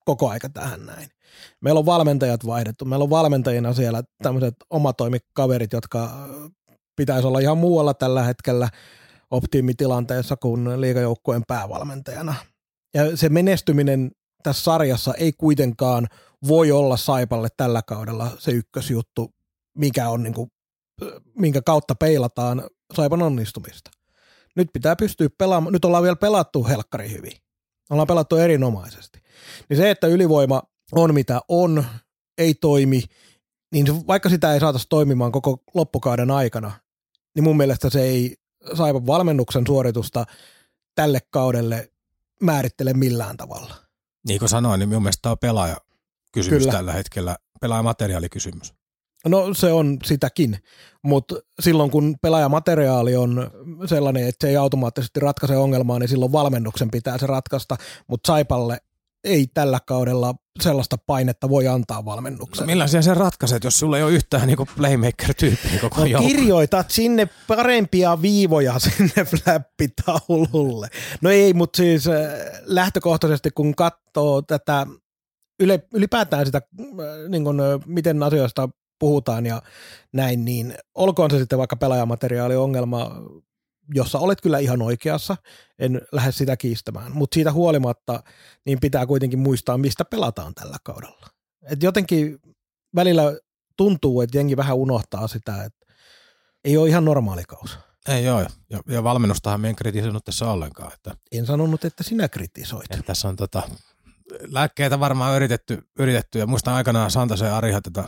Speaker 1: koko aika tähän näin. Meillä on valmentajat vaihdettu. Meillä on valmentajina siellä tämmöiset omatoimikaverit, jotka pitäisi olla ihan muualla tällä hetkellä optiimitilanteessa kuin liigajoukkueen päävalmentajana. Ja se menestyminen tässä sarjassa ei kuitenkaan voi olla Saipalle tällä kaudella se ykkösjuttu, mikä on minkä kautta peilataan Saipan onnistumista. Nyt pitää pystyä pelaamaan. Nyt ollaan vielä pelattu helkkari hyvin. Ollaan pelattu erinomaisesti. Niin se, että ylivoima on mitä on, ei toimi, niin vaikka sitä ei saataisi toimimaan koko loppukauden aikana, niin mun mielestä se ei Saipan valmennuksen suoritusta tälle kaudelle määrittele millään tavalla.
Speaker 3: Niin kuin sanoin, niin minun mielestä tämä on pelaajakysymys tällä hetkellä, pelaajamateriaalikysymys.
Speaker 1: No se on sitäkin, mutta silloin kun pelaajamateriaali on sellainen, että se ei automaattisesti ratkaise ongelmaa, niin silloin valmennuksen pitää se ratkaista, mutta Saipalle ei tällä kaudella sellaista painetta voi antaa valmennukseen.
Speaker 3: No millaisia sen ratkaiset, jos sulla ei ole yhtään niin playmaker-tyyppiä koko joukko?
Speaker 1: Kirjoitat sinne parempia viivoja sinne flappitaululle. No ei, mutta siis lähtökohtaisesti kun katsoo tätä ylipäätään sitä, niin kun, miten asioista puhutaan ja näin, niin olkoon se sitten vaikka pelaajamateriaaliongelma, jossa olet kyllä ihan oikeassa, en lähde sitä kiistämään, mutta siitä huolimatta niin pitää kuitenkin muistaa, mistä pelataan tällä kaudella. Et jotenkin välillä tuntuu, että jengi vähän unohtaa sitä, että ei ole ihan normaali kausi.
Speaker 3: Ei ole, ja valmennustahan me en kritisoinut tässä ollenkaan. Että
Speaker 1: en sanonut, että sinä kritisoit.
Speaker 3: Tässä on lääkkeitä varmaan yritetty, ja muistan aikanaan Santasen Ariha tätä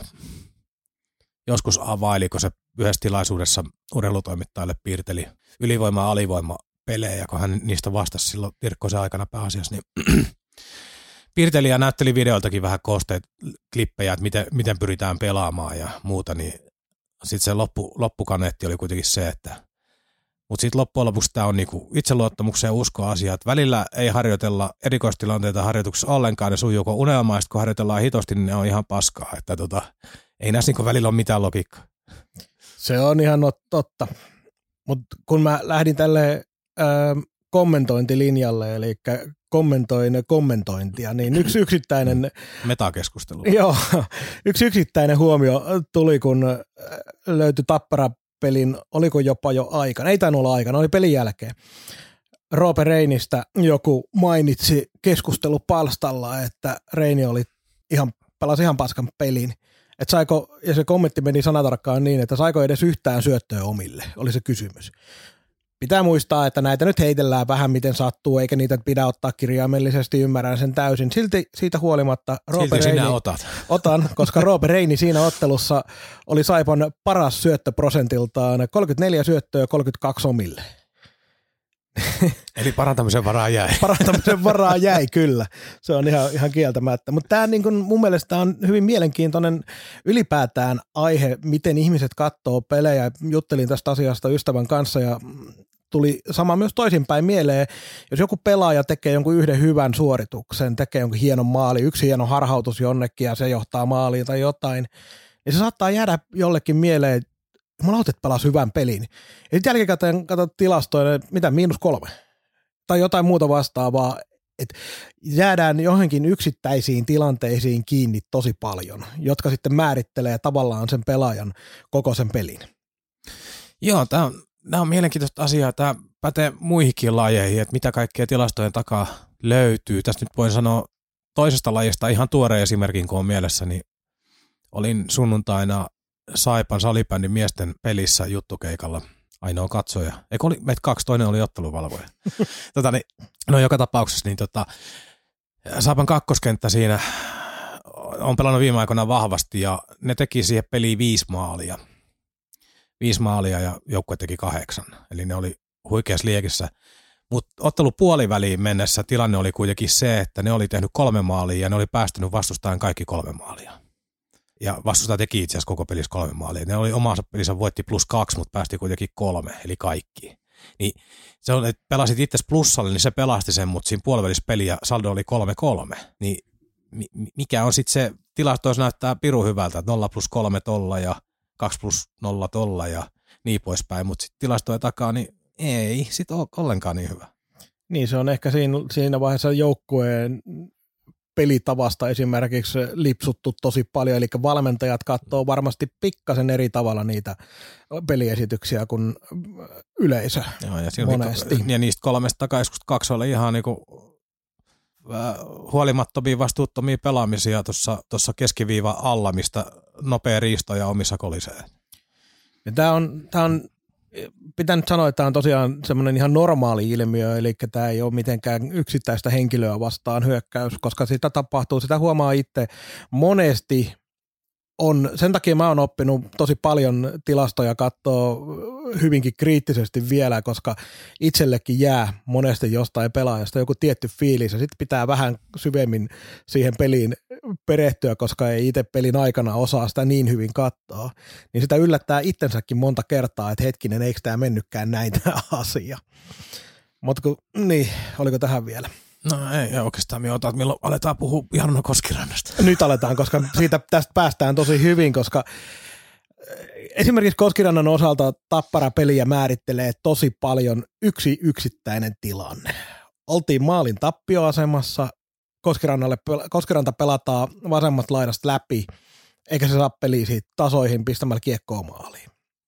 Speaker 3: joskus availi, kun se yhdessä tilaisuudessa urheilutoimittajalle piirteli ylivoima- ja alivoima-pelejä, kun hän niistä vastasi silloin Virkkosen aikana pääasiassa, niin piirteli ja näytteli videoltakin vähän koosteet, klippejä, että miten pyritään pelaamaan ja muuta, niin sitten se loppukaneetti oli kuitenkin se, että mutta sitten loppujen lopuksi tämä on niinku itseluottamuksen ja uskon asia, että välillä ei harjoitella erikoistilanteita harjoituksessa ollenkaan, ne sujuuko unelmaista, kun harjoitellaan hitosti, niin ne on ihan paskaa, että ei näissä niinku välillä ole mitään logiikkaa.
Speaker 1: Se on ihan totta, mutta kun mä lähdin tälle kommentointilinjalle, eli kommentoin kommentointia, niin yksi yksittäinen
Speaker 3: metakeskustelu.
Speaker 1: Joo, yksi yksittäinen huomio tuli, kun löytyi Tappara-pelin, oliko jopa jo aikana, ei tainnut olla aikana, oli pelin jälkeen. Roope Reinistä joku mainitsi keskustelupalstalla, että Reini pelasi ihan paskan pelin. Et saiko, ja se kommentti meni sanatarkkaan niin, että saiko edes yhtään syöttöä omille, oli se kysymys. Pitää muistaa, että näitä nyt heitellään vähän miten sattuu, eikä niitä pidä ottaa kirjaimellisesti, ymmärrän sen täysin. Silti siitä huolimatta Roope Reini,
Speaker 3: sinä otat.
Speaker 1: Otan, koska Roope Reini siinä ottelussa oli Saipan paras syöttöprosentiltaan, 34 syöttöä ja 32 omille.
Speaker 3: Eli parantamisen varaa jäi.
Speaker 1: Parantamisen varaa jäi, kyllä. Se on ihan kieltämättä. Mutta tämä niin mun mielestä on hyvin mielenkiintoinen ylipäätään aihe, miten ihmiset katsoo pelejä. Juttelin tästä asiasta ystävän kanssa ja tuli sama myös toisinpäin mieleen. Jos joku pelaaja tekee jonkun yhden hyvän suorituksen, tekee jonkun hienon maali, yksi hieno harhautus jonnekin ja se johtaa maaliin tai jotain, niin se saattaa jäädä jollekin mieleen, jumalautet pelasi hyvän pelin. Ja sitten jälkikäteen katsot tilastoja, mitä -3 tai jotain muuta vastaavaa, että jäädään johonkin yksittäisiin tilanteisiin kiinni tosi paljon, jotka sitten määrittelee tavallaan sen pelaajan koko sen pelin.
Speaker 3: Joo, tämä on mielenkiintoista asiaa. Tämä pätee muihinkin lajeihin, että mitä kaikkea tilastojen takaa löytyy. Tästä nyt voin sanoa toisesta lajista ihan tuoreen esimerkin, kun on mielessä, niin olin sunnuntaina Saipan salibändin miesten pelissä juttukeikalla, ainoa katsoja. Eikö oli meitä 2, toinen oli otteluvalvoja. No joka tapauksessa, niin Saipan kakkoskenttä siinä on pelannut viime aikoina vahvasti ja ne teki siihen peliin 5 maalia. 5 maalia ja joukkue teki 8. Eli ne oli huikeassa liekissä. Mutta ottelu puoliväliin mennessä tilanne oli kuitenkin se, että ne oli tehnyt 3 maalia ja ne oli päästynyt vastustajan kaikki 3 maalia. Ja vastustaja teki itse asiassa koko pelissä 3 maalia. Ne oli omassa pelissä voitti +2, mutta päästi kuitenkin 3, eli kaikki. Niin se on, että pelasit itse plussalle, niin se pelasti sen, mutta siinä puolivälissä peli ja saldo oli 3-3. Niin mikä on sitten se tilasto, jos näyttää pirun hyvältä, että 0+3 tolla ja 2+0 tolla ja niin poispäin, mutta sitten tilastojen takaa, niin ei sit ole ollenkaan niin hyvä.
Speaker 1: Niin se on ehkä siinä vaiheessa joukkueen pelitavasta esimerkiksi lipsuttu tosi paljon, eli valmentajat katsoo varmasti pikkasen eri tavalla niitä peliesityksiä kuin yleisö.
Speaker 3: Joo, ja
Speaker 1: monesti.
Speaker 3: Ja niistä 382 oli ihan niinku huolimattomia vastuuttomia pelaamisia tuossa keskiviiva alla, mistä nopea riisto ja omissa kolisee.
Speaker 1: Tämä on pitää nyt sanoa, että tämä on tosiaan semmoinen ihan normaali ilmiö, eli tämä ei ole mitenkään yksittäistä henkilöä vastaan hyökkäys, koska sitä tapahtuu, sitä huomaa itse monesti. Sen takia mä oon oppinut tosi paljon tilastoja katsoa hyvinkin kriittisesti vielä, koska itsellekin jää monesti jostain pelaajasta joku tietty fiilis ja sitten pitää vähän syvemmin siihen peliin perehtyä, koska ei itse pelin aikana osaa sitä niin hyvin katsoa. Niin sitä yllättää itsensäkin monta kertaa, että hetkinen, eikö tämä mennytkään näin tämä asia. Mutta niin, oliko tähän vielä?
Speaker 3: No ei oikeastaan minä otan, että milloin aletaan puhua Jarno Koskirannasta.
Speaker 1: Nyt aletaan, koska tästä päästään tosi hyvin, koska esimerkiksi Koskirannan osalta Tappara-peliä määrittelee tosi paljon yksi yksittäinen tilanne. Oltiin maalin tappioasemassa, Koskiranta pelataan vasemmasta laidasta läpi, eikä se saa peliä siitä tasoihin pistämällä kiekkoa maaliin.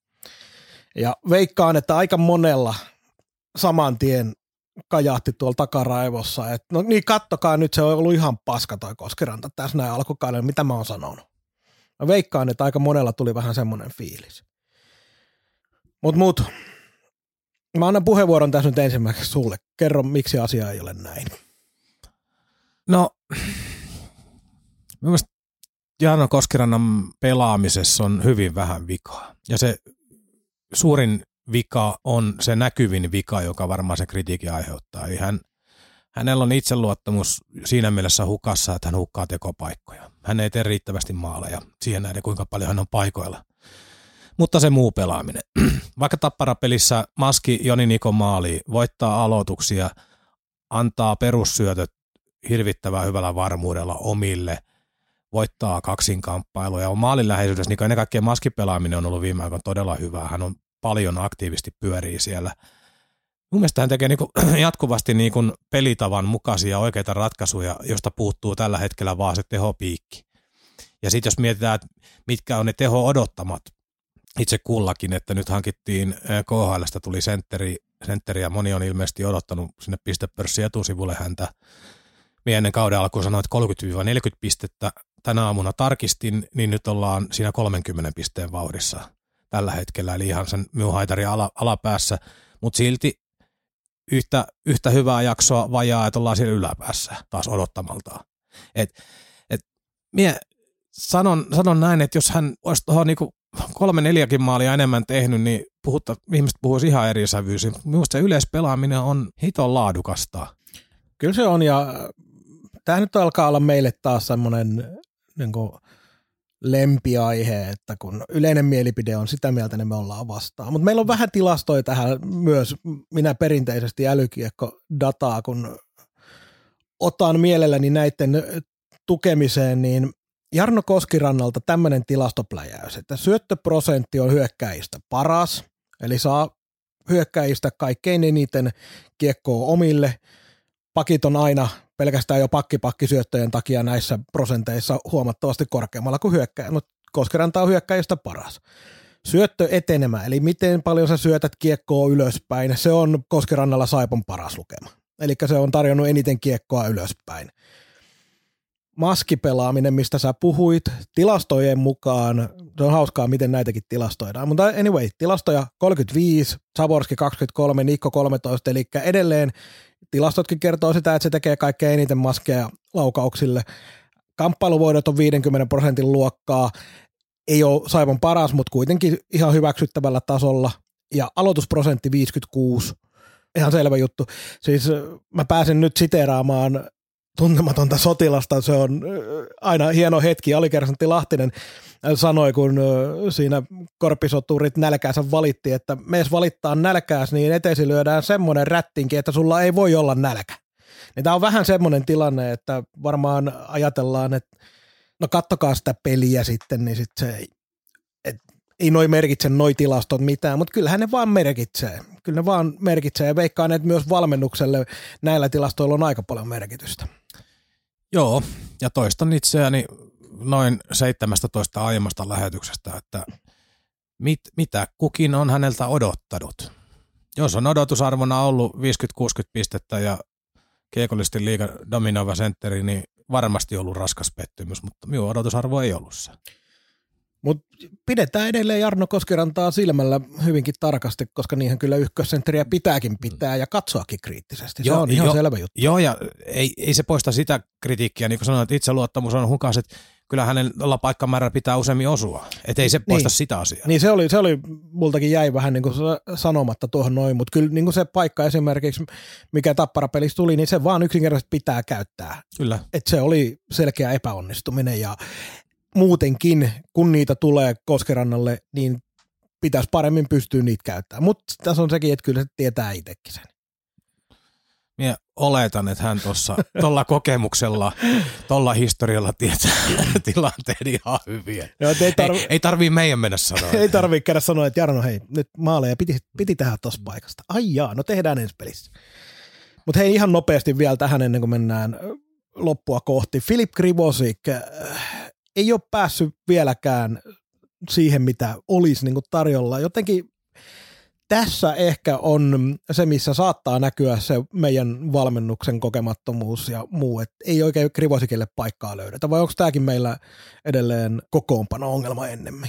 Speaker 1: Ja veikkaan, että aika monella saman tien kajahti tuolla takaraivossa, että no niin kattokaa nyt, se on ollut ihan paska toi Koskiranta tässä näin alkukaudella, mitä mä oon sanonut. Mä veikkaan, että aika monella tuli vähän semmoinen fiilis. Mut, mä annan puheenvuoron tässä nyt ensimmäiseksi sulle. Kerro, miksi asia ei ole näin.
Speaker 3: No, mielestäni Jarno Koskirannan pelaamisessa on hyvin vähän vikaa. Ja se suurin vika on se näkyvin vika, joka varmaan se kritiikin aiheuttaa. Eli hänellä on itseluottamus siinä mielessä hukassa, että hän hukkaa tekopaikkoja. Hän ei tee riittävästi maaleja siihen nähden, kuinka paljon hän on paikoilla. Mutta se muu pelaaminen. Vaikka Tappara-pelissä maski Joni Niko maaliin, voittaa aloituksia, antaa perussyötöt hirvittävän hyvällä varmuudella omille, voittaa kaksinkamppailuja. On maalin läheisyydessä, niin ennen kaikkea maskipelaaminen on ollut viime aikoina todella hyvää. Hän on paljon aktiivisesti pyörii siellä. Mun mielestä hän tekee niinku jatkuvasti niinku pelitavan mukaisia oikeita ratkaisuja, josta puuttuu tällä hetkellä vaan se tehopiikki. Ja sitten jos mietitään, että mitkä on ne teho-odottamat itse kullakin, että nyt hankittiin KHL:stä tuli sentteri ja moni on ilmeisesti odottanut sinne pistepörssin etusivulle häntä. Minä ennen kauden alkuun sanoin, että 30-40 pistettä tänä aamuna tarkistin, niin nyt ollaan siinä 30 pisteen vauhdissa tällä hetkellä, eli ihan sen minun haitarin alapäässä, mutta silti yhtä hyvää jaksoa vajaa, että ollaan siellä yläpäässä taas odottamaltaan. Minä sanon näin, että jos hän olisi tuohon niinku 3-4 maalia enemmän tehnyt, niin ihmiset puhuisi ihan eri sävyisin. Minusta se yleispelaaminen on hiton laadukasta.
Speaker 1: Kyllä se on, ja tämä nyt alkaa olla meille taas semmoinen niin kuin lempiaihe, että kun yleinen mielipide on sitä mieltä, niin me ollaan vastaan. Mutta meillä on vähän tilastoja tähän myös, minä perinteisesti älykiekko-dataa, kun otan mielelläni näiden tukemiseen, niin Jarno Koskirannalta tämmöinen tilastopläjäys, että syöttöprosentti on hyökkäistä paras, eli saa hyökkäistä kaikkein eniten kiekkoa omille. Pakit on aina pelkästään jo pakkisyöttöjen takia näissä prosenteissa huomattavasti korkeammalla kuin hyökkäjä, mutta Koskiranta on hyökkäjistä paras. Syöttö etenemä, eli miten paljon sä syötät kiekkoa ylöspäin, se on Koskirannalla Saipon paras lukema. Eli se on tarjonnut eniten kiekkoa ylöspäin. Maskipelaaminen, mistä sä puhuit, tilastojen mukaan, se on hauskaa, miten näitäkin tilastoidaan, mutta anyway, tilastoja 35, Saborski 23, Nikko 13, eli edelleen tilastotkin kertoo sitä, että se tekee kaikkein eniten maskeja laukauksille. Kamppailuvoidot on 50% luokkaa, ei ole Saipon paras, mutta kuitenkin ihan hyväksyttävällä tasolla, ja aloitusprosentti 56, ihan selvä juttu. Siis mä pääsen nyt siteeraamaan tuntematonta sotilasta, se on aina hieno hetki. Alikersantti Lahtinen sanoi, kun siinä korpisoturit nälkäänsä valitti, että mees valittaa nälkääs, niin eteesi lyödään semmoinen rättinki, että sulla ei voi olla nälkä. Niin tämä on vähän semmoinen tilanne, että varmaan ajatellaan, että no kattokaa sitä peliä sitten, niin sitten se ei noi merkitse noi tilastot mitään, mutta kyllähän ne vaan merkitsee. Kyllä ne vaan merkitsee ja veikkaan, että myös valmennukselle näillä tilastoilla on aika paljon merkitystä.
Speaker 3: Joo, ja toistan itseäni noin 17 aiemmasta lähetyksestä, että mitä kukin on häneltä odottanut. Jos on odotusarvona ollut 50-60 pistettä ja kiekollisesti liigan dominoiva sentteri, niin varmasti ollut raskas pettymys, mutta minun odotusarvo ei ollut se.
Speaker 1: Mutta pidetään edelleen Jarno Koskirantaa silmällä hyvinkin tarkasti, koska niinhän kyllä ykkössentteriä pitääkin pitää ja katsoakin kriittisesti. Se on ihan selvä juttu.
Speaker 3: Joo, ja ei se poista sitä kritiikkiä, niin kuin sanoin, että itseluottamus on hukas, että kyllä hänellä paikkamäärä pitää useammin osua. Että ei se poista sitä asiaa.
Speaker 1: Niin se oli multakin jäi vähän niin kuin sanomatta tuohon noin, mutta kyllä niin kuin se paikka esimerkiksi, mikä Tappara-pelissä tuli, niin se vaan yksinkertaisesti pitää käyttää.
Speaker 3: Kyllä.
Speaker 1: Että se oli selkeä epäonnistuminen ja muutenkin, kun niitä tulee Koskerannalle, niin pitäisi paremmin pystyä niitä käyttämään. Mutta tässä on sekin, että kyllä se tietää itsekin sen.
Speaker 3: Minä oletan, että hän tuolla kokemuksella, tuolla historialla tietää tilanteen ihan hyvin.
Speaker 1: No,
Speaker 3: ei tarvii meidän mennä sanoa.
Speaker 1: Ei tarvii käydä sanoa, että Jarno, hei, nyt maaleja piti tehdä tuossa paikasta. Ai jaa, no tehdään ensi pelissä. Mutta hei, ihan nopeasti vielä tähän ennen kuin mennään loppua kohti. Filip Krivosik ei ole päässyt vieläkään siihen, mitä olisi niin kuin tarjolla. Jotenkin tässä ehkä on se, missä saattaa näkyä se meidän valmennuksen kokemattomuus ja muu, että ei oikein Krivosikille paikkaa löydetä. Vai onko tämäkin meillä edelleen kokoonpano-ongelma ennemmin?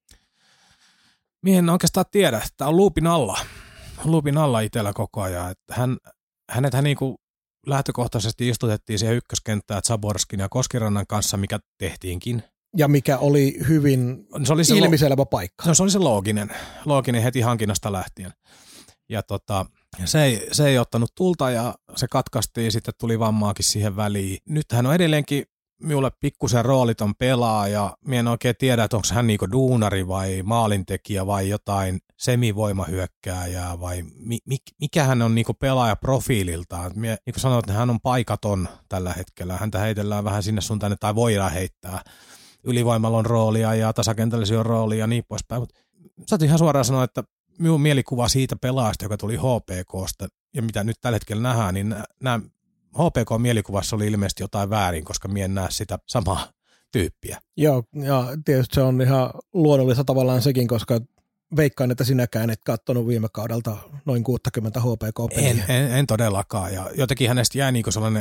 Speaker 3: Mie en oikeastaan tiedä. Tämä on luupin alla itsellä koko ajan. Että hänethän niinku lähtökohtaisesti istutettiin siihen ykköskenttään Zaborskin ja Koskirannan kanssa, mikä tehtiinkin. Ja
Speaker 1: mikä oli hyvin ilmiselvä paikka.
Speaker 3: Se oli se looginen heti hankinnasta lähtien. Ja se ei ottanut tulta ja se katkaistiin, sitten tuli vammaakin siihen väliin. Nyt hän on edelleenkin minulle pikkusen rooliton pelaaja. Minä en oikein tiedä, että onko hän niinku duunari vai maalintekijä vai jotain semivoimahyökkääjää vai mikä hän on niinku pelaajaprofiililtaan. Minä niin kuin sanoin, että hän on paikaton tällä hetkellä. Häntä heitellään vähän sinne suuntaan tai voidaan heittää. Ylivoimalla on roolia ja tasakentällisillä on roolia ja niin poispäin. Mutta sä ihan suoraan sanoa, että minun mielikuva siitä pelaajasta, joka tuli HPKsta ja mitä nyt tällä hetkellä nähdään, niin nämä HPK-mielikuvassa oli ilmeisesti jotain väärin, koska minä en näe sitä samaa tyyppiä.
Speaker 1: Joo, ja tietysti se on ihan luonnollista tavallaan sekin, koska veikkaan, että sinäkään et katsonut viime kaudelta noin 60 HPK-peliä.
Speaker 3: En todellakaan, ja jotenkin hänestä jäi niinku sellainen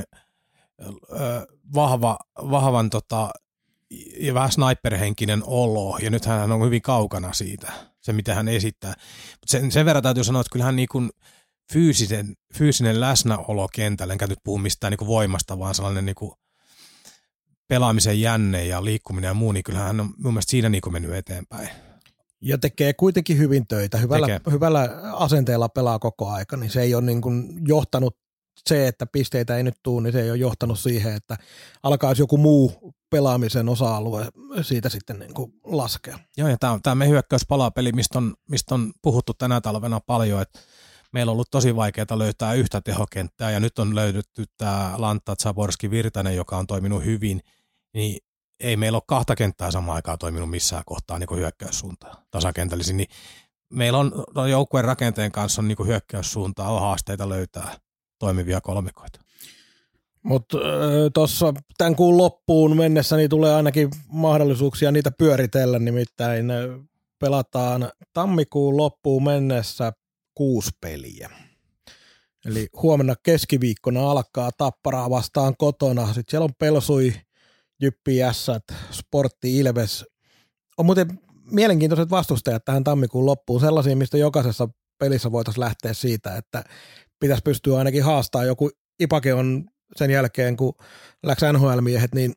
Speaker 3: vahvan ja vähän sniper-henkinen olo, ja nyt hän on hyvin kaukana siitä, se mitä hän esittää. Mutta sen verran täytyy sanoa, että kyllähän niin fyysinen läsnäolo kentällä, enkä nyt puhu mistään niin voimasta, vaan sellainen niin pelaamisen jänne ja liikkuminen ja muu, niin kyllähän hän on mun mielestä siinä niin mennyt eteenpäin.
Speaker 1: Ja tekee kuitenkin hyvin töitä, hyvällä asenteella pelaa koko aika, niin se ei ole niin kuin johtanut se, että pisteitä ei nyt tule, niin se ei ole johtanut siihen, että alkaisi joku muu pelaamisen osa-alue siitä sitten niin kuin laskea.
Speaker 3: Joo, ja tämä meidän hyökkäyspalapeli, mistä on puhuttu tänä talvena paljon, että meillä on ollut tosi vaikeaa löytää yhtä tehokenttää, ja nyt on löydetty tämä Lantta, Zaborski, Virtanen, joka on toiminut hyvin, niin ei meillä ole kahta kenttää samaan aikaan toiminut missään kohtaa niin kuin hyökkäyssuuntaan tasakentällisin, niin meillä on joukkueen rakenteen kanssa on niin kuin hyökkäyssuuntaa, on haasteita löytää toimivia kolmikoita.
Speaker 1: Mutta tuossa tämän kuun loppuun mennessä niin tulee ainakin mahdollisuuksia niitä pyöritellä, nimittäin pelataan tammikuun loppuun mennessä 6 peliä. Eli huomenna keskiviikkona alkaa Tapparaa vastaan kotona. Sitten siellä on Pelsui, Jyppi, Ässät, Sportti, Ilves. On muuten mielenkiintoiset vastustajat tähän tammikuun loppuun. Sellaisia, mistä jokaisessa pelissä voitaisiin lähteä siitä, että pitäisi pystyä ainakin haastaa. Joku Ipake on sen jälkeen, kun läks NHL-miehet, niin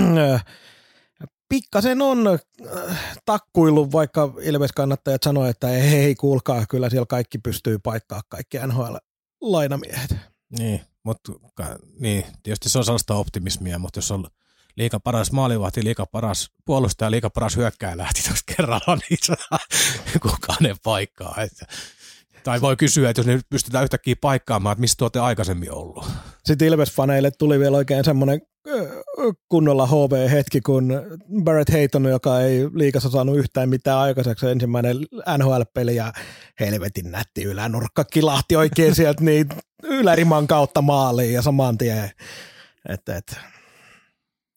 Speaker 1: pikkasen on takkuillut, vaikka Ilves-kannattajat sanoo, että ei kuulkaa, kyllä siellä kaikki pystyy paikkaa kaikki NHL-lainamiehet.
Speaker 3: Niin, mutta niin, tietysti se on sellaista optimismia, mutta jos on liiga paras maalivahti, liiga paras puolustaja, liiga paras hyökkääjä lähti tuossa kerralla, niin kukaan ei paikkaa. Tai voi kysyä, että jos ne pystytään yhtäkkiä paikkaamaan, että missä te olette aikaisemmin ollut.
Speaker 1: Sitten Ilves-faneille tuli vielä oikein semmoinen kunnolla HV-hetki, kun Barrett Hayton, joka ei liigassa saanut yhtään mitään aikaiseksi, ensimmäinen NHL-peli ja helvetin nätti ylänurkka kilahti oikein sieltä niin yläriman kautta maaliin ja saman tien.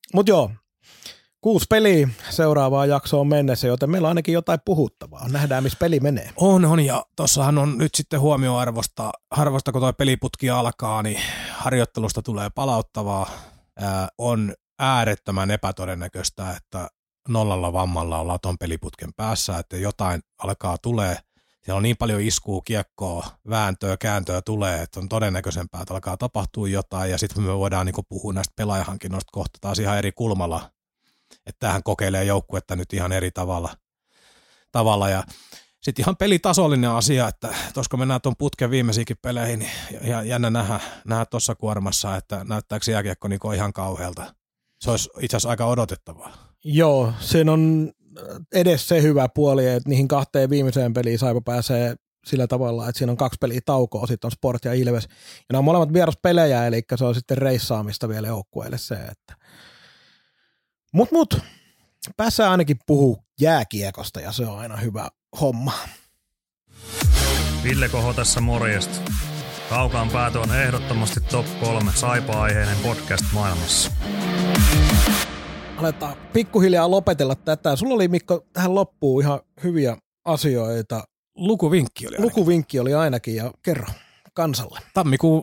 Speaker 1: Mutta joo, 6 peliä seuraavaan jaksoon mennessä, joten meillä on ainakin jotain puhuttavaa. Nähdään, missä peli menee.
Speaker 3: On, ja tossahan on nyt sitten huomioarvosta, kun toi peliputki alkaa, niin harjoittelusta tulee palauttavaa. On äärettömän epätodennäköistä, että 0 vammalla ollaan ton peliputken päässä, että jotain alkaa tulee. Siellä on niin paljon iskua, kiekkoa, vääntöä, kääntöä tulee, että on todennäköisempää, että alkaa tapahtua jotain, ja sitten me voidaan niinku puhua näistä pelaajahankinnoista kohta taas ihan eri kulmalla, että tämähän kokeilee joukkuetta nyt ihan eri tavalla. Ja sitten ihan pelitasollinen asia, että tuossa kun mennään tuon putken viimeisiinkin peleihin, niin ihan jännä nähdä tuossa kuormassa, että näyttääkö se jääkiekko niinku ihan kauhealta. Se olisi itse asiassa aika odotettavaa.
Speaker 1: Joo, siinä on edes se hyvä puoli, että niihin 2 viimeiseen peliin Saipa pääsee sillä tavalla, että siinä on 2 peliä taukoa, sitten on Sport ja Ilves. Ja ne on molemmat vieraspelejä, eli se on sitten reissaamista vielä joukkueelle se, että Mut, päässään ainakin puhuu jääkiekosta ja se on aina hyvä homma.
Speaker 5: Ville Koho tässä morjesta. Kaukaan päätö on ehdottomasti top 3 Saipa-aiheinen podcast maailmassa.
Speaker 1: Aletaan pikkuhiljaa lopetella tätä. Sulla oli, Mikko, tähän loppuun ihan hyviä asioita.
Speaker 3: Lukuvinkki
Speaker 1: oli ainakin ja kerro kansalle.
Speaker 3: Tammikuun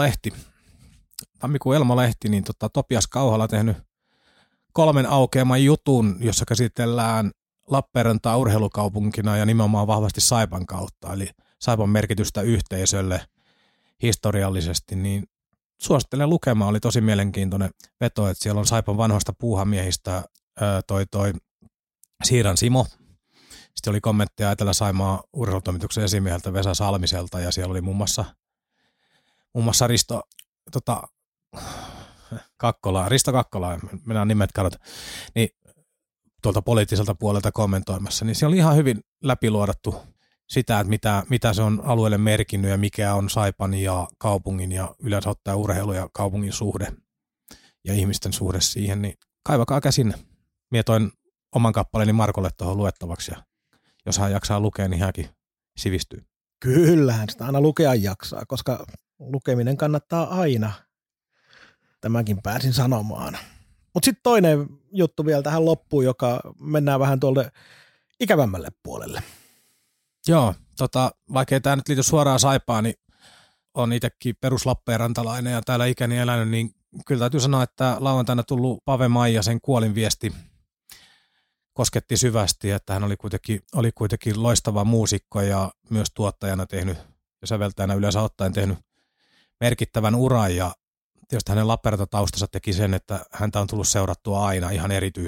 Speaker 3: Elmo-lehti, niin Topias Kauhala tehnyt 3 aukeaman jutun, jossa käsitellään Lappeenrantaa urheilukaupunkina ja nimenomaan vahvasti Saipan kautta, eli Saipan merkitystä yhteisölle historiallisesti, niin suosittelen lukemaan, oli tosi mielenkiintoinen veto, että siellä on Saipan vanhoista puuhamiehistä toi Siiran Simo. Sitten oli kommentteja Etelä-Saimaa urheilutoimituksen esimieheltä Vesa Salmiselta ja siellä oli muun muassa Risto Kakkola, mennään nimet kadot, niin tuolta poliittiselta puolelta kommentoimassa, niin siellä oli ihan hyvin läpiluodattu sitä, että mitä se on alueelle merkinnyt ja mikä on Saipan ja kaupungin ja yleensä ottaa urheilu ja kaupungin suhde ja ihmisten suhde siihen, niin kaivakaa käsin. Mietoin oman kappaleeni Markolle tuohon luettavaksi ja jos hän jaksaa lukea, niin hänkin sivistyy.
Speaker 1: Kyllähän sitä aina lukea jaksaa, koska lukeminen kannattaa aina. Tämänkin pääsin sanomaan. Mutta sitten toinen juttu vielä tähän loppuun, joka mennään vähän tuolle ikävämmälle puolelle.
Speaker 3: Joo, vaikka ei tämä nyt liity suoraan Saipaan, niin on itsekin peruslappeenrantalainen ja täällä ikäni elänyt, niin kyllä täytyy sanoa, että lauantaina tullut Pave Maijasen kuolinviesti kosketti syvästi, että hän oli kuitenkin loistava muusikko ja myös tuottajana tehnyt ja säveltäjänä yleensä ottaen tehnyt merkittävän uran ja tietysti hänen Lappeenranta-taustansa teki sen, että häntä on tullut seurattua aina ihan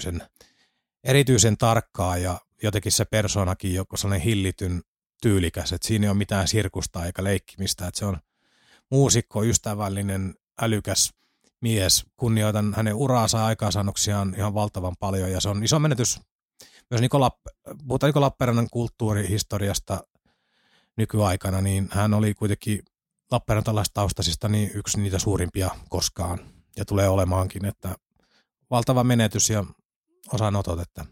Speaker 3: erityisen tarkkaa ja jotenkin se persoonakin joku sellainen hillityn tyylikäs, että siinä ei ole mitään sirkusta eikä leikkimistä, että se on muusikko, ystävällinen, älykäs mies. Kunnioitan hänen uraansa ja aikaansaannoksiaan ihan valtavan paljon ja se on iso menetys myös puhutaan Lappeenrannan kulttuurihistoriasta nykyaikana, niin hän oli kuitenkin lappeenrantalaistaustasista niin yksi niitä suurimpia koskaan ja tulee olemaankin, että valtava menetys ja osanotot, että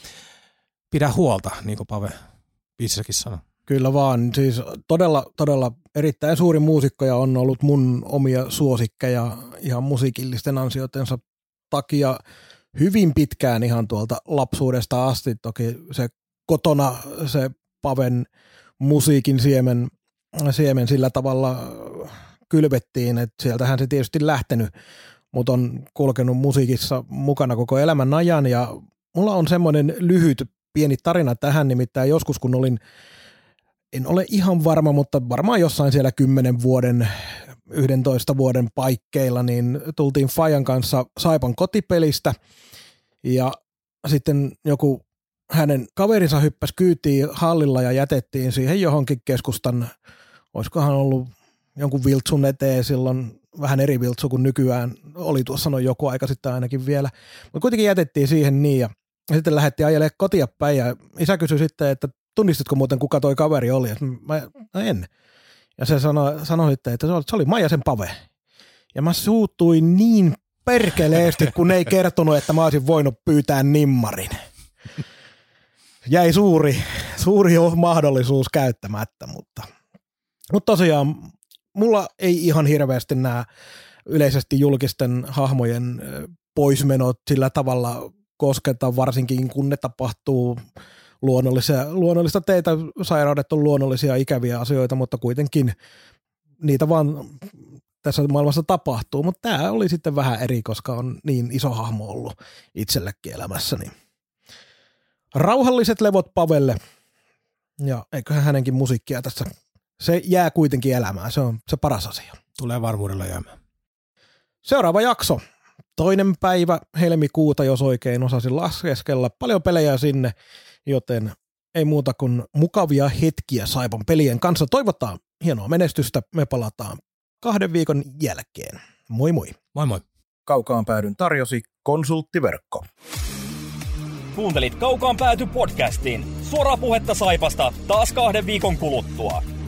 Speaker 3: pidä huolta, niin kuin Pave biisissäkin sanoi.
Speaker 1: Kyllä vaan, siis todella erittäin suuri muusikko ja on ollut mun omia suosikkeja ihan musiikillisten ansioitensa takia hyvin pitkään ihan tuolta lapsuudesta asti. Toki se kotona se Paven musiikin siemen sillä tavalla kylvettiin, että sieltähän se tietysti lähtenyt, mutta on kulkenut musiikissa mukana koko elämän ajan ja mulla on semmoinen lyhyt pieni tarina tähän, nimittäin joskus kun en ole ihan varma, mutta varmaan jossain siellä 10 vuoden, 11 vuoden paikkeilla, niin tultiin Fajan kanssa Saipan kotipelistä ja sitten joku hänen kaverinsa hyppäsi kyytiin hallilla ja jätettiin siihen johonkin keskustan, olisikohan ollut jonkun viltsun eteen silloin, vähän eri viltsu kuin nykyään oli tuossa noin joku aika sitten ainakin vielä, mutta kuitenkin jätettiin siihen niin ja sitten lähdettiin ajelemaan kotia päin ja isä kysyi sitten, että tunnistitko muuten kuka toi kaveri oli? Mä en. Ja se sanoi sitten, että se oli Maijasen Pave. Ja mä suuttuin niin perkeleesti, kun ei kertonut, että mä olisin voinut pyytää nimmarin. Jäi suuri mahdollisuus käyttämättä, mutta tosiaan mulla ei ihan hirveästi nämä yleisesti julkisten hahmojen poismenot sillä tavalla kosketa, varsinkin kun ne tapahtuu luonnollista teitä, sairaudet on luonnollisia ikäviä asioita, mutta kuitenkin niitä vaan tässä maailmassa tapahtuu, mutta tämä oli sitten vähän eri, koska on niin iso hahmo ollut itsellekin elämässäni. Rauhalliset levot Pavelle, ja eiköhän hänenkin musiikkia tässä, se jää kuitenkin elämään, se on se paras asia.
Speaker 3: Tulee varmuudella jäämään.
Speaker 1: Seuraava jakso, 2. päivä helmikuuta, jos oikein osasin laskeskella, paljon pelejä sinne, joten ei muuta kuin mukavia hetkiä Saipan pelien kanssa. Toivotaan hienoa menestystä, me palataan 2 viikon jälkeen. Moi moi.
Speaker 3: Moi moi.
Speaker 6: Kaukaan päädyn tarjosi Konsulttiverkko.
Speaker 2: Kuuntelit Kaukaan pääty podcastin. Suoraa puhetta Saipasta taas 2 viikon kuluttua.